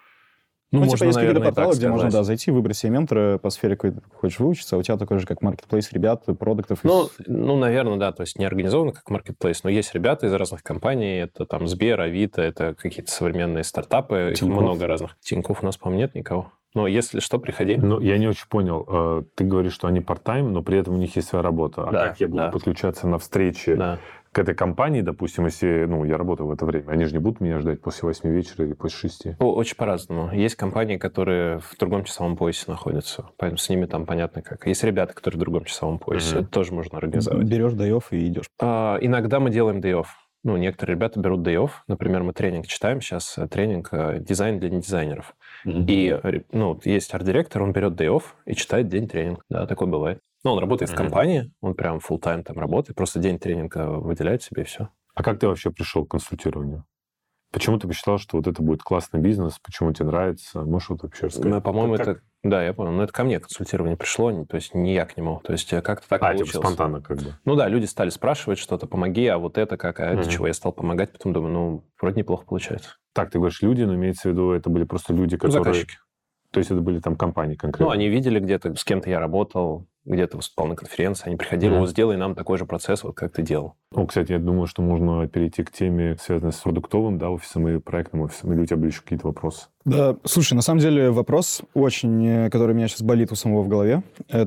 Ну, Ну, можно, типа, есть какие-то наверное, и порталы, так где можно, сказать. да, зайти, выбрать себе ментора по сфере, какой ты хочешь выучиться, а у тебя такой же, как маркетплейс ребят, продуктов. Ну, из- ну, наверное, да, то есть не организовано как маркетплейс, но есть ребята из разных компаний, это там Сбер, Авито, это какие-то современные стартапы, их Тинькофф. много разных. Тинькофф у нас, по-моему, нет никого. Но если что, приходи. Ну, я не очень понял. Э, Ты говоришь, что они part-time, но при этом у них есть своя работа. А Да, как я буду да. подключаться на встречи Да. к этой компании, допустим, если, ну, я работаю в это время, они же не будут меня ждать после восьми вечера или после шести? О, Очень по-разному. Есть компании, которые в другом часовом поясе находятся, поэтому с ними там понятно как. Есть ребята, которые в другом часовом поясе, Мгм. это тоже можно организовать. Берешь day-off и идешь. А, иногда мы делаем day-off. Ну, некоторые ребята берут day-off. Например, мы тренинг читаем сейчас, э, тренинг э, «Дизайн для недизайнеров». И э, ну, вот есть арт-директор, он берет day-off и читает день тренинг. Да, такое бывает. Ну, он работает в Мгм. компании, он прям full-time там работает, просто день тренинга выделяет себе, и все. А как ты вообще пришел к консультированию? Почему ты посчитал, что вот это будет классный бизнес? Почему тебе нравится? Можешь вот вообще рассказать? Ну, по-моему, Как- это... Да, я понял. Но это ко мне консультирование пришло, не- то есть не я к нему. То есть э, как-то так А, типа получилось. спонтанно как бы. Ну да, люди стали спрашивать что-то, помоги, а вот это как, а это Мгм. чего? Я стал помогать, потом думаю, ну, вроде неплохо получается. Так, ты говоришь люди, но имеется в виду, это были просто люди, Ну, которые... заказчики. То есть это были там компании конкретно? Ну, они видели где-то, с кем-то я работал, где-то выступал на конференции, они приходили, Мгм. вот сделай нам такой же процесс, вот как ты делал. Ну, кстати, я думаю, что можно перейти к теме, связанной с продуктовым, да, офисом и проектным офисом. Или у тебя были еще какие-то вопросы? Да, слушай, на самом деле вопрос очень, э, который у меня сейчас болит у самого в голове,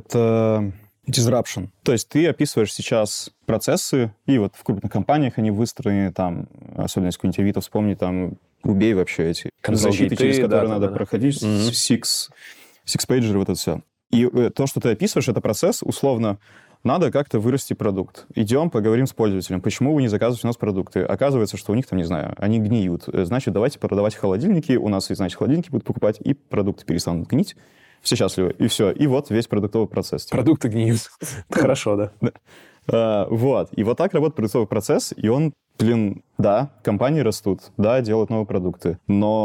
это disruption. То есть ты описываешь сейчас процессы, и вот в крупных компаниях они выстроены там, особенно если какой-нибудь Авито вспомни, там, убей вообще эти защиты, Control-гейты, через которые да, надо да, да. проходить, Мгм. six, six-pager, вот это все. И э, то, что ты описываешь, это процесс, условно, надо как-то вырасти продукт. Идем, поговорим с пользователем. Почему вы не заказываете у нас продукты? Оказывается, что у них там, не знаю, они гниют. Э, Значит, давайте продавать холодильники. У нас, значит, холодильники будут покупать, и продукты перестанут гнить. Все счастливы. И все. И вот весь продуктовый процесс. Продукты гниют. Хорошо, да. А, вот. И вот так работает продуктовый процесс, и он, блин, да, компании растут, да, делают новые продукты,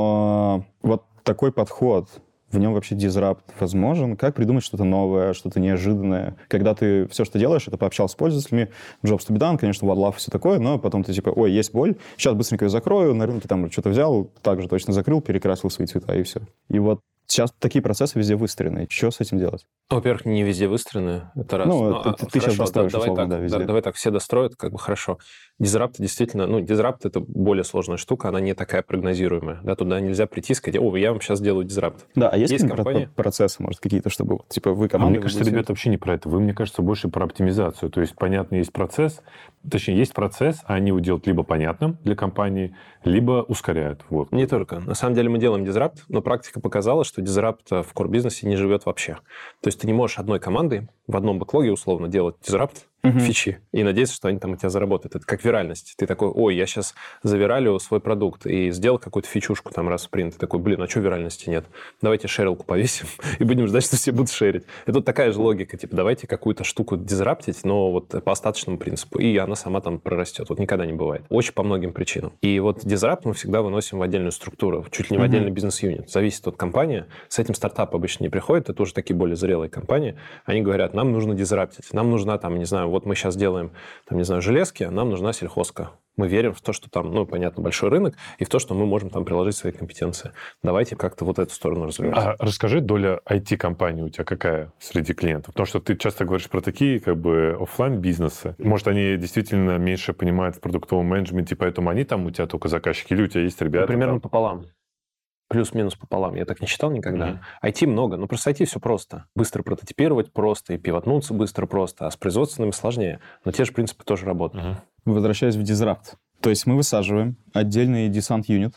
но вот такой подход, в нем вообще дизрапт возможен? Как придумать что-то новое, что-то неожиданное? Когда ты все, что делаешь, это пообщался с пользователями, jobs to be done, конечно, one love и все такое, но потом ты типа, ой, есть боль, сейчас быстренько ее закрою, на рынке там что-то взял, также точно закрыл, перекрасил свои цвета, и все. И вот сейчас такие процессы везде выстроены. Что с этим делать? Во-первых, не везде выстроены, это раз. Ну, Ну, ты- а, ты- ты хорошо, сейчас достроишь, давай условно, так, да, везде. давай так, все достроят, как бы хорошо. Дизрапт действительно, ну, дизрапт это более сложная штука, она не такая прогнозируемая. Да, туда нельзя прийти и сказать, о, я вам сейчас сделаю дизрапт. Да, а есть, Есть какие-то компании? процессы, может, какие-то, чтобы, вот, типа, вы А команда... мне кажется, ребята вообще не про это. Вы, мне кажется, больше про оптимизацию. То есть, понятно, есть процесс, точнее, есть процесс, а они его делают либо понятным для компании, либо ускоряют. Вот. Не только. На самом деле мы делаем дизрапт, но практика показала, что дизрапт в core-бизнесе не живет вообще. То есть ты не можешь одной командой в одном бэклоге условно делать дизрапт, Мгм. фичи, и надеяться, что они там у тебя заработают. Это как виральность. Ты такой, ой, я сейчас завиралю свой продукт и сделал какую-то фичушку там раз в спринт. Ты такой, блин, а что виральности нет? Давайте шерилку повесим и будем ждать, что все будут шерить. Это вот такая же логика, типа, давайте какую-то штуку дизраптить, но вот по остаточному принципу, и она сама там прорастет. Вот никогда не бывает. Очень по многим причинам. И вот дизрапт мы всегда выносим в отдельную структуру, чуть ли не в отдельный бизнес-юнит. Зависит от компании. С этим стартап обычно не приходит, это уже такие более зрелые компании. Они говорят, нам нужно дизраптить, нам нужна там, не знаю, вот мы сейчас делаем, там, не знаю, железки, нам нужна сельхозка. Мы верим в то, что там, ну, понятно, большой рынок, и в то, что мы можем там приложить свои компетенции. Давайте как-то вот эту сторону развивать. А расскажи, доля ай ти-компаний у тебя какая среди клиентов? Потому что ты часто говоришь про такие как бы офлайн-бизнесы. Может, они действительно меньше понимают в продуктовом менеджменте, поэтому они там у тебя только заказчики, или у тебя есть ребята? Ну, примерно там... пополам. Плюс-минус пополам. Я так не считал никогда. Mm-hmm. ай ти много. Ну, просто ай ти все просто. Быстро прототипировать просто, и пивотнуться быстро просто. А с производственными сложнее. Но те же принципы тоже работают. Mm-hmm. Возвращаясь в Disrupt. То есть мы высаживаем отдельный десант-юнит,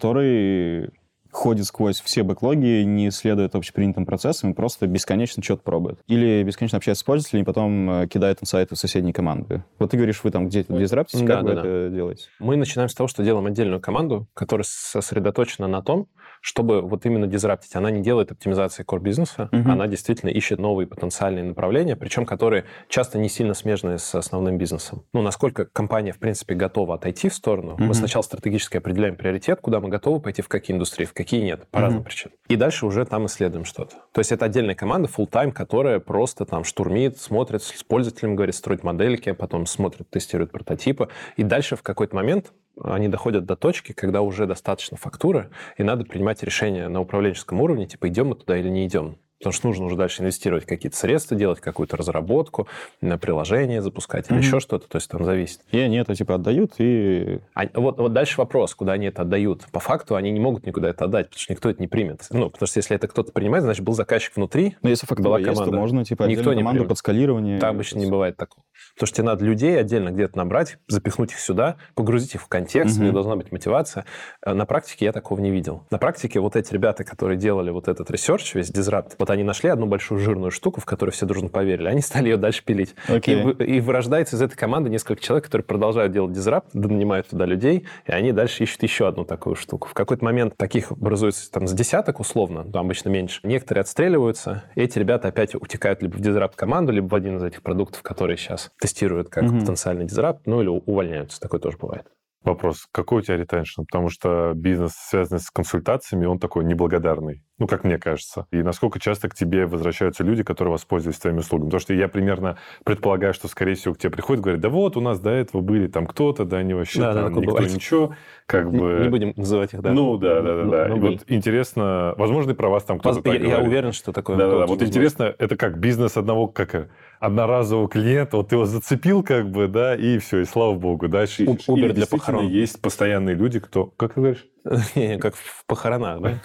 который ходит сквозь все бэклоги, не следует общепринятым процессам, и просто бесконечно что-то пробует. Или бесконечно общается с пользователями, и потом кидает инсайты в соседние команды. Вот ты говоришь, вы там где-то дизраптите, да, как да, вы да. это делаете? Мы начинаем с того, что делаем отдельную команду, которая сосредоточена на том, чтобы вот именно дизраптить. Она не делает оптимизации core-бизнеса, uh-huh. она действительно ищет новые потенциальные направления, причем которые часто не сильно смежны с основным бизнесом. Ну, насколько компания, в принципе, готова отойти в сторону. Uh-huh. Мы сначала стратегически определяем приоритет, куда мы готовы пойти, в какие индустрии, в какие нет, по uh-huh. разным причинам. И дальше уже там исследуем что-то. То есть это отдельная команда, full-time, которая просто там штурмит, смотрит, с пользователем говорит, строит модельки, потом смотрит, тестирует прототипы. И дальше в какой-то момент они доходят до точки, когда уже достаточно фактуры, и надо принимать решение на управленческом уровне, типа, идем мы туда или не идем. Потому что нужно уже дальше инвестировать в какие-то средства, делать какую-то разработку, на приложение запускать или mm-hmm. еще что-то. То есть там зависит. И они это типа отдают, и... А, вот, вот дальше вопрос, куда они это отдают. По факту они не могут никуда это отдать, потому что никто это не примет. Ну, потому что если это кто-то принимает, значит, был заказчик внутри, но если фактура есть, то можно типа отдельную команду под скалирование. Так обычно не бывает такого. Потому что тебе надо людей отдельно где-то набрать, запихнуть их сюда, погрузить их в контекст, mm-hmm. у них должна быть мотивация. На практике я такого не видел. На практике вот эти ребята, которые делали вот этот ресерч, весь Disrupt, вот они нашли одну большую жирную штуку, в которую все дружно поверили, они стали ее дальше пилить. Okay. И, и вырождается из этой команды несколько человек, которые продолжают делать Disrupt, нанимают туда людей, и они дальше ищут еще одну такую штуку. В какой-то момент таких образуется там с десяток условно, там обычно меньше. Некоторые отстреливаются, и эти ребята опять утекают либо в Disrupt команду, либо в один из этих продуктов, которые сейчас тестируют как mm-hmm. потенциальный Disrupt, ну или увольняются. Такое тоже бывает. Вопрос, какой у тебя ретеншн? Потому что бизнес, связанный с консультациями, он такой неблагодарный. Ну, как мне кажется. И насколько часто к тебе возвращаются люди, которые воспользовались твоими услугами? Потому что я примерно предполагаю, что, скорее всего, к тебе приходят, говорят, да вот, у нас до этого были там кто-то, да, они вообще да, там да, никто бывает. Ничего. Как не, бы... не будем называть их, да. Ну, да, да, да. Ну, да. ну, и были. вот интересно, возможно, и про вас там кто-то Вас, так я, говорит. Я уверен, что такое. Да, да, да. Вот возможно. интересно, это как бизнес одного, как одноразового клиента, вот ты его зацепил, как бы, да, и все, и слава богу. Дальше Uber для похорон. Есть постоянные люди, кто... Как ты говоришь? Как в похоронах, да?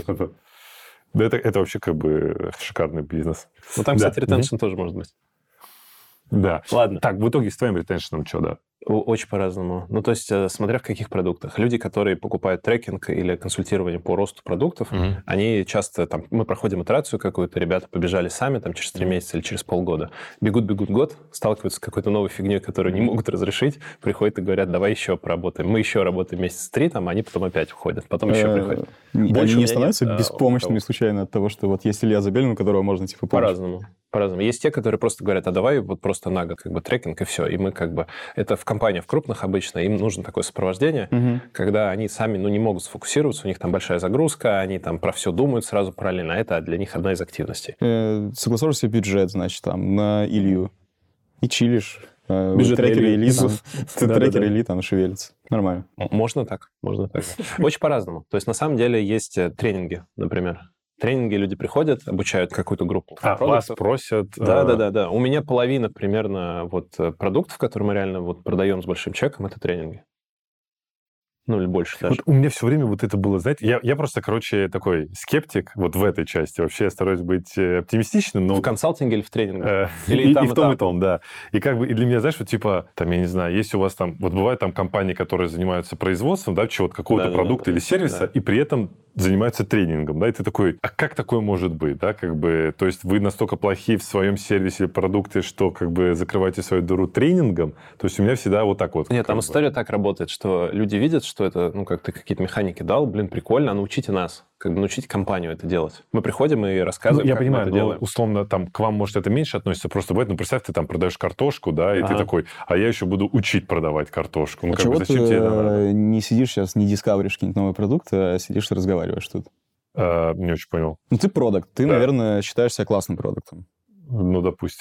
Да, это, это вообще как бы шикарный бизнес. Ну, там, кстати, ретеншн mm-hmm. тоже может быть. Да. Ладно. Так, в итоге с твоим ретеншном что, да? Очень по-разному. Ну, то есть, смотря в каких продуктах. Люди, которые покупают трекинг или консультирование по росту продуктов, mm-hmm. они часто, там, мы проходим итерацию какую-то, ребята побежали сами, там, через три mm-hmm. месяца или через полгода. Бегут-бегут год, сталкиваются с какой-то новой фигней, которую mm-hmm. не могут разрешить, приходят и говорят, давай еще поработаем. Мы еще работаем месяца три, там, они потом опять уходят, потом еще приходят. Они не становятся беспомощными случайно от того, что вот есть Илья Забелин, у которого можно, типа, помочь? По-разному. По-разному. Есть те, которые просто говорят, а давай вот просто на год как бы трекинг, и все. И мы как бы... Это в компаниях крупных обычно, им нужно такое сопровождение, угу. когда они сами ну, не могут сфокусироваться, у них там большая загрузка, они там про все думают сразу параллельно. Это для них одна из активностей. Э, согласовываешь себе бюджет, значит, там, на Илью. И чилишь. Бюджет трекеры Ильи, трекеры Ильи там шевелятся. Нормально. Можно так, можно так. Очень по-разному. То есть на самом деле есть тренинги, например. Тренинги люди приходят, обучают какую-то группу. А, вас просят... Да, да, да, да. У меня половина примерно вот продуктов, которые мы реально вот продаем с большим чеком, это тренинги. Ну, или больше даже. Вот у меня все время вот это было, знаете, я, я просто, короче, такой скептик вот в этой части. Вообще я стараюсь быть оптимистичным, но... В консалтинге или в тренинге? Э, или и, и, там, и в том, и том, да. И как бы и для меня, знаешь, вот типа, там, я не знаю, если у вас там... Вот бывают там компании, которые занимаются производством, да, чего-то, какого-то да, продукта да, да, или сервиса, да. и при этом занимаются тренингом, да, и ты такой, а как такое может быть, да, как бы, то есть вы настолько плохи в своем сервисе или продукте, что как бы закрываете свою дыру тренингом, то есть у меня всегда вот так вот. Нет, там бы. История так работает, что люди видят, что это, ну, как ты какие-то механики дал, блин, прикольно, а научите нас, как бы научите компанию это делать. Мы приходим и рассказываем, ну, я как понимаю, мы это но делаем. Условно, там, к вам, может, это меньше относится, просто бывает, ну, представь, ты там продаешь картошку, да, и ага. ты такой, а я еще буду учить продавать картошку. Ну, а как чего бы, зачем ты тебе это надо? Не сидишь сейчас, не дискаверишь какие-нибудь новые продукты, а сидишь и разговариваешь тут? А, не очень понял. Ну, ты продакт. Ты, да. наверное, считаешь себя классным продуктом. Ну, допустим.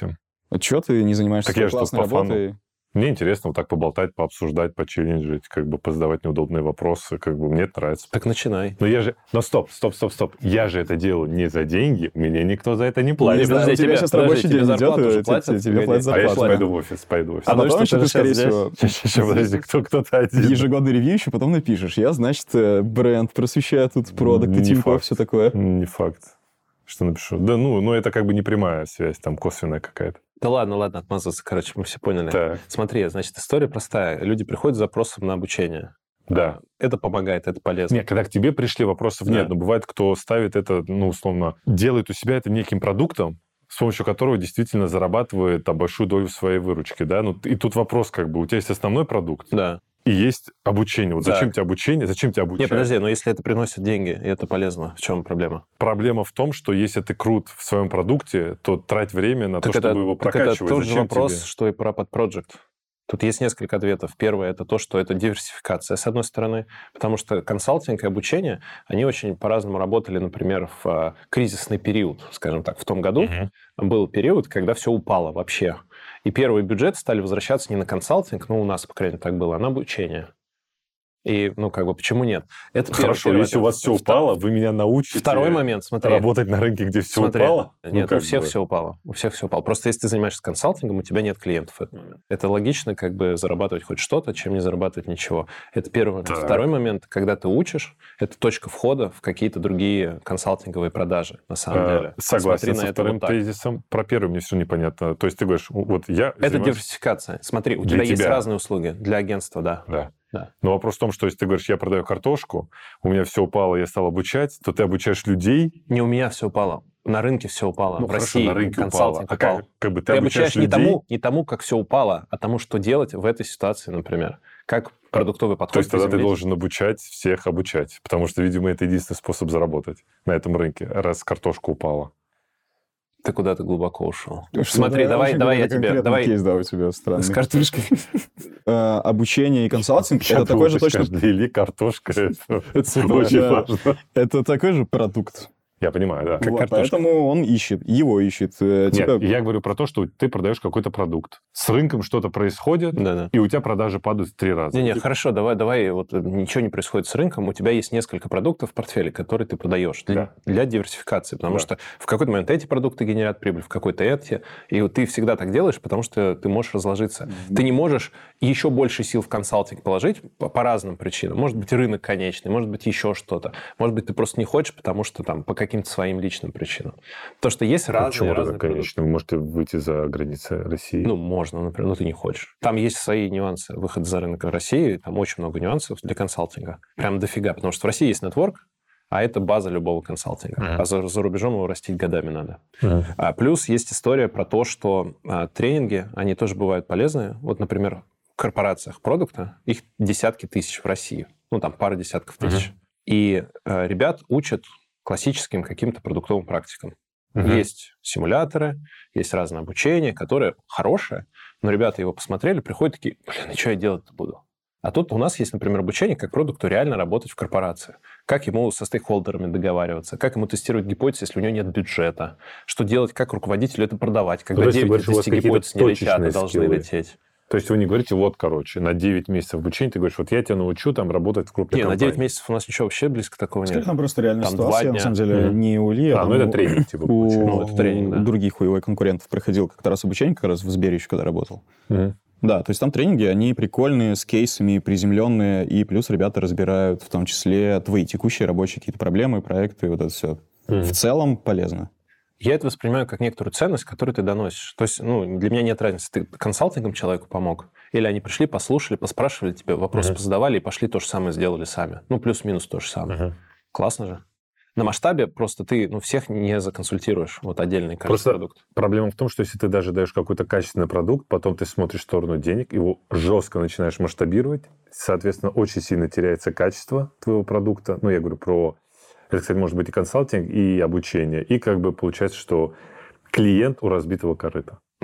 Чего ты не занимаешься Так я своей же тут классной по фану. работой? Мне интересно вот так поболтать, пообсуждать, почелленджить, как бы позадавать неудобные вопросы, как бы мне это нравится. Так начинай. Но я же... Но стоп, стоп, стоп, стоп. Я же это делаю не за деньги, мне никто за это не платит. Не знаю, у тебя сейчас рабочий день идет, уже и платят, тебе платят А я сейчас зарплату. пойду в офис, пойду в офис. А ну потом что, еще ты, ты скорее сейчас всего, Сейчас, подожди, кто, кто-то один. ежегодный ревью еще потом напишешь. Я, значит, э, бренд просвещаю тут, продукты, Не Тинькофф, факт. все такое. Не факт, что напишу. Да ну, ну это как бы не прямая связь, там косвенная какая-то. Да ладно, ладно, отмазываться, короче, мы все поняли. Так, Смотри, значит, история простая. Люди приходят с запросом на обучение. да. Это помогает, это полезно. Нет, когда к тебе пришли, вопросов Да. нет. Но бывает, кто ставит это, ну, условно, делает у себя это неким продуктом, с помощью которого действительно зарабатывает там, большую долю своей выручки, да. Ну, и тут вопрос, как бы, у тебя есть основной продукт, Да. и есть обучение. Вот Да. зачем тебе обучение? Зачем тебе обучать? Не, подожди, но если это приносит деньги, и это полезно, в чем проблема? Проблема в том, что если ты крут в своем продукте, то трать время на Так то, это, чтобы его так прокачивать. это тот же Зачем вопрос, тебе? что и про подпроджект. Тут есть несколько ответов. Первое – это то, что это диверсификация, с одной стороны, потому что консалтинг и обучение, они очень по-разному работали, например, в а, кризисный период, скажем так. В том году Мгм. был период, когда все упало вообще. И первые бюджеты стали возвращаться не на консалтинг, ну, у нас, по крайней мере, так было, а на обучение. И, ну, как бы, почему нет? Это первый- Хорошо, первый если у ответ. вас все Втор- упало, вы меня научите Второй момент, смотри. работать на рынке, где все Смотри, упало? Нет, Ну, как у всех бы. все упало. У всех все упало. Просто если ты занимаешься консалтингом, у тебя нет клиентов в этот момент. Это логично, как бы зарабатывать хоть что-то, чем не зарабатывать ничего. Это первый момент. Так. Второй момент, когда ты учишь, это точка входа в какие-то другие консалтинговые продажи, на самом А, деле. Согласен Смотри на со это вторым вот так. тезисом. Про первый мне все непонятно. То есть ты говоришь, вот я Это занимаюсь- диверсификация. Смотри, у Для тебя есть тебя. разные услуги. Для агентства, да. Да. Да. Но вопрос в том, что если ты говоришь, я продаю картошку, у меня все упало, я стал обучать, то ты обучаешь людей. Не у меня все упало. На рынке все упало. Ну, в хорошо, России на рынке упало. консалтинг А упал. как, как бы ты, Ты обучаешь, обучаешь не людей, тому, не тому, как все упало, а тому, что делать в этой ситуации, например. Как продуктовый подход. то есть тогда ты приземлить. должен обучать всех обучать. Потому что, видимо, это единственный способ заработать на этом рынке, раз картошка упала. Ты куда-то глубоко ушел. Что Смотри, это давай, очень давай я какой-то тебе... конкретный Давай кейс, да, у тебя странный. с картошкой. Э, Обучение и консалтинг — это такой же точно... Или картошка. Это Это очень да. важно. Это такой же продукт. Я понимаю, да. Как Вот, картошка. поэтому он ищет, его ищет. Э, Нет, типа, я говорю про то, что ты продаешь какой-то продукт. С рынком что-то происходит, Да-да. и у тебя продажи падают в три раза. Не-не, хорошо, давай, давай, вот ничего не происходит с рынком, у тебя есть несколько продуктов в портфеле, которые ты продаешь для, Да. для диверсификации, потому Да. что в какой-то момент эти продукты генерят прибыль, в какой-то эти, и вот ты всегда так делаешь, потому что ты можешь разложиться. Ты не можешь еще больше сил в консалтинг положить по, по разным причинам. Может быть, рынок конечный, может быть, еще что-то. Может быть, ты просто не хочешь, потому что там по каким-то своим личным причинам. То, что есть разные, Почему разные тогда, продукты. конечно, вы можете выйти за границы России? Ну, можно, например, но ты не хочешь. Там есть свои нюансы выхода за рынок России, там очень много нюансов для консалтинга. Прям дофига, потому что в России есть нетворк, а это база любого консалтинга. Мгм. А за, за рубежом его растить годами надо. Мгм. А, плюс есть история про то, что а, тренинги, они тоже бывают полезны. Вот, например, в корпорациях продукта, их десятки тысяч в России. Ну, там пара десятков тысяч. И а, ребят учат классическим каким-то продуктовым практикам. Мгм. Есть симуляторы, есть разное обучение, которое хорошее, но ребята его посмотрели, приходят такие, блин, и что я делать-то буду? А тут у нас есть, например, обучение, как продукту реально работать в корпорации. Как ему со стейкхолдерами договариваться, как ему тестировать гипотезы, если у него нет бюджета. Что делать, как руководителю это продавать, когда то есть ты девять говоришь, из у вас десяти какие-то гипотез не летят, точечные и должны скиллы. лететь. То есть вы не говорите, вот, короче, на девять месяцев обучения, ты говоришь, вот я тебя научу там работать в крупной Не, на компании. девять месяцев у нас ничего вообще близко такого скорее, нет. там просто реальная Там два ситуация, дня. на самом деле, Мгм. не у Ильи, А, ну это у- тренинг, типа, у получается. Ну, это тренинг, да. других у его конкурентов проходил как раз обучение, как раз в Сбере еще когда работал. Мгм. Да, то есть там тренинги, они прикольные, с кейсами, приземленные, и плюс ребята разбирают в том числе твои текущие рабочие какие-то проблемы, проекты, вот это все. Мгм. В целом полезно. Я это воспринимаю как некоторую ценность, которую ты доносишь. То есть, ну, для меня нет разницы, ты консалтингом человеку помог, или они пришли, послушали, поспрашивали тебе, вопросы Мгм. позадавали и пошли то же самое сделали сами. Ну, плюс-минус то же самое. Мгм. Классно же. На масштабе просто ты, ну, всех не законсультируешь, вот отдельный каждый Просто продукт. Проблема в том, что если ты даже даешь какой-то качественный продукт, потом ты смотришь в сторону денег, его жестко начинаешь масштабировать, соответственно, очень сильно теряется качество твоего продукта. Ну, я говорю про... Это, кстати, может быть и консалтинг, и обучение. И как бы получается, что клиент у разбитого корыта.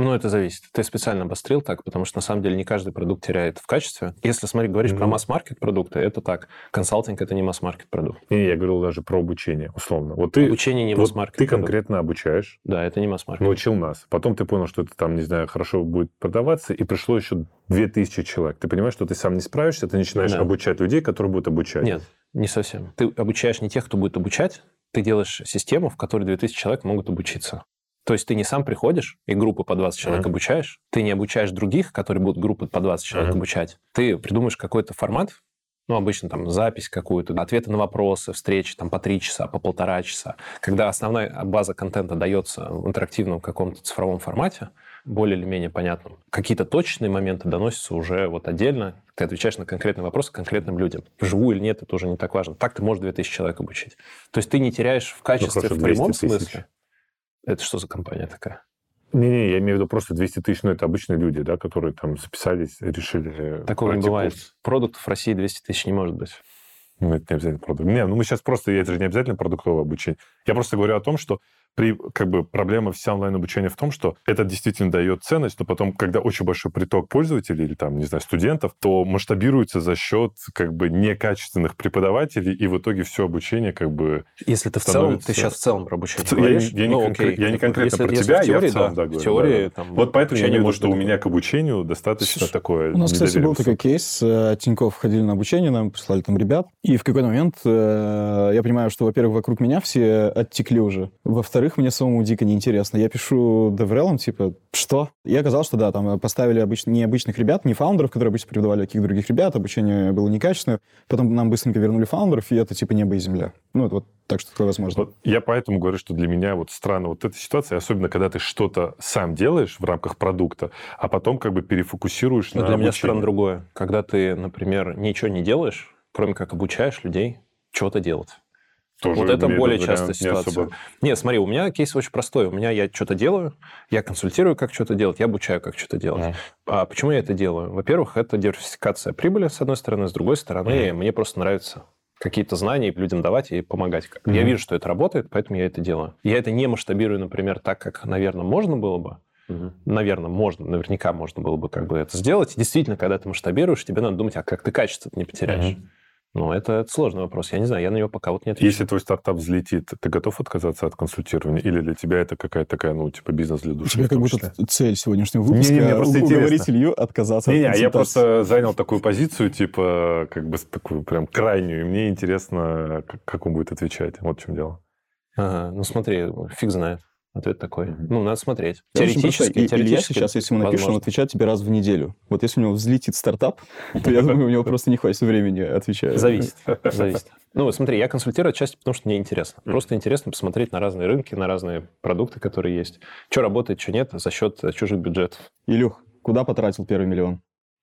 Ну, это зависит. Ты специально обострил так, потому что, на самом деле, не каждый продукт теряет в качестве. Если, смотри, говоришь mm-hmm. про масс-маркет продукты, это так. Консалтинг — это не масс-маркет продукт. Не, я говорил даже про обучение, условно. Вот ты, обучение не вот масс-маркет ты продукт. Конкретно обучаешь. Да, это не масс-маркет. Научил нас. Потом ты понял, что это там, не знаю, хорошо будет продаваться, и пришло еще две тысячи человек. Ты понимаешь, что ты сам не справишься, ты начинаешь да. обучать людей, которые будут обучать. Нет, не совсем. Ты обучаешь не тех, кто будет обучать, ты делаешь систему, в которой две тысячи человек могут обучиться. То есть ты не сам приходишь и группы по двадцать человек uh-huh. обучаешь, ты не обучаешь других, которые будут группы по двадцать человек uh-huh. обучать. Ты придумаешь какой-то формат, ну, обычно там запись какую-то, ответы на вопросы, встречи там по три часа, по полтора часа. Когда основная база контента дается в интерактивном каком-то цифровом формате, более или менее понятном, какие-то точные моменты доносятся уже вот отдельно. Ты отвечаешь на конкретные вопросы конкретным людям. Вживую или нет, это уже не так важно. Так ты можешь две тысячи человек обучить. То есть ты не теряешь в качестве, ну, в прямом смысле. Это что за компания такая? Не-не, я имею в виду просто двести тысяч, ну, это обычные люди, да, которые там записались, решили... Такого не бывает. Продуктов в России двести тысяч не может быть. Ну, это не обязательно продукт. Не, ну мы сейчас просто... Это же не обязательно продуктовое обучение. Я просто говорю о том, что при, как бы, проблема вся онлайн-обучения в том, что это действительно дает ценность, но потом, когда очень большой приток пользователей или, там, не знаю, студентов, то масштабируется за счет, как бы, некачественных преподавателей, и в итоге все обучение, как бы, Если ты становится... в целом... Ты сейчас в целом про обучение я, говоришь? Я, я, ну, не, конкрет, я не конкретно если, про тебя, теории, я в целом, да, да, говорю. В теории, да, да. Там, вот поэтому я имею в виду, что быть. у меня к обучению достаточно Слушай, такое... У нас, кстати, был такой кейс. Тинькофф ходили на обучение, нам прислали там ребят, и в какой-то момент э, я понимаю, что, во-первых, вокруг меня все оттекли уже. Во-вторых, мне самому дико неинтересно. Я пишу деврелам, типа, что? И оказалось, что да, там поставили обычно, не обычных ребят, не фаундеров, которые обычно преподавали, а каких-то других ребят, обучение было некачественное. Потом нам быстренько вернули фаундеров, и это типа небо и земля. Ну, это вот так, что такое возможно. Вот я поэтому говорю, что для меня вот странно вот эта ситуация, особенно когда ты что-то сам делаешь в рамках продукта, а потом как бы перефокусируешь Но на для обучение. меня странно другое. Когда ты, например, ничего не делаешь, кроме как обучаешь людей чего-то делать. Тоже вот это более частая ситуация. ситуация. Не особо... Нет, смотри, у меня кейс очень простой. У меня я что-то делаю, я консультирую, как что-то делать, я обучаю, как что-то делать. Mm. А почему я это делаю? Во-первых, это диверсификация прибыли, с одной стороны. С другой стороны, mm. мне просто нравится какие-то знания людям давать и помогать. Mm. Я вижу, что это работает, поэтому я это делаю. Я это не масштабирую, например, так, как, наверное, можно было бы. Mm-hmm. Наверное, можно, наверняка можно было бы как бы это сделать. Действительно, когда ты масштабируешь, тебе надо думать, а как ты качество не потеряешь. Mm-hmm. Ну, это, это сложный вопрос. Я не знаю, я на него пока вот не отвечу. Если твой стартап взлетит, ты готов отказаться от консультирования? Или для тебя это какая-то такая, ну, типа, бизнес для души? У тебя как будто цель сегодняшнего выпуска. Не, не, просто уговорить Илью отказаться не, от не, консультации. Я просто занял такую позицию, типа, как бы такую прям крайнюю. И мне интересно, как, как он будет отвечать. Вот в чем дело. Ага, ну, смотри, фиг знает. Ответ такой. Mm-hmm. Ну, надо смотреть. Я теоретически, просто, теоретически. Илья сейчас, если мы напишем, он отвечает тебе раз в неделю. Вот если у него взлетит стартап, то я думаю, у него просто не хватит времени отвечать. Зависит. Зависит. Ну, смотри, я консультирую отчасти, потому что мне интересно. Просто интересно посмотреть на разные рынки, на разные продукты, которые есть. Что работает, что нет, за счет чужих бюджетов. Илюх, куда потратил первый миллион?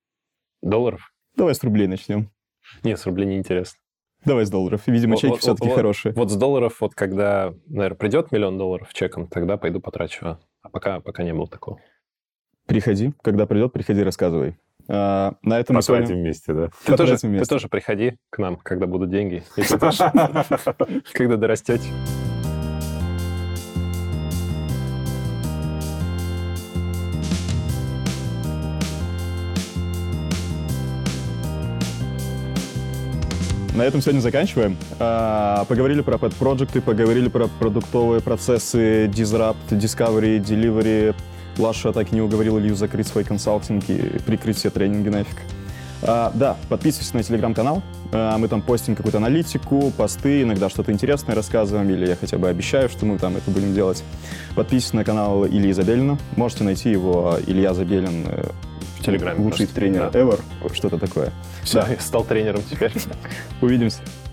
Долларов? Давай с рублей начнем. Нет, с рублей неинтересно. Давай с долларов. Видимо, вот, чеки вот, все-таки вот, хорошие. Вот с долларов, вот когда, наверное, придет миллион долларов чеком, тогда пойду потрачу. А пока, пока не было такого. Приходи. Когда придет, приходи, рассказывай. А, на этом Потратим сегодня... вместе, да? Ты тоже, вместе. Ты тоже приходи к нам, когда будут деньги. Когда дорастете. На этом сегодня заканчиваем. Поговорили про пэт-проджекты, поговорили про продуктовые процессы, Disrupt, Discovery, Delivery. Лаша так и не уговорил Илью закрыть свой консалтинг и прикрыть все тренинги нафиг. А, да, подписывайся на телеграм-канал. А, мы там постим какую-то аналитику, посты, иногда что-то интересное рассказываем, или я хотя бы обещаю, что мы там это будем делать. Подписывайся на канал Ильи Забелина. Можете найти его Илья Забелин в Телеграме. Лучший просто. тренер да. ever, что-то такое. Все, да. Я стал тренером теперь. Увидимся.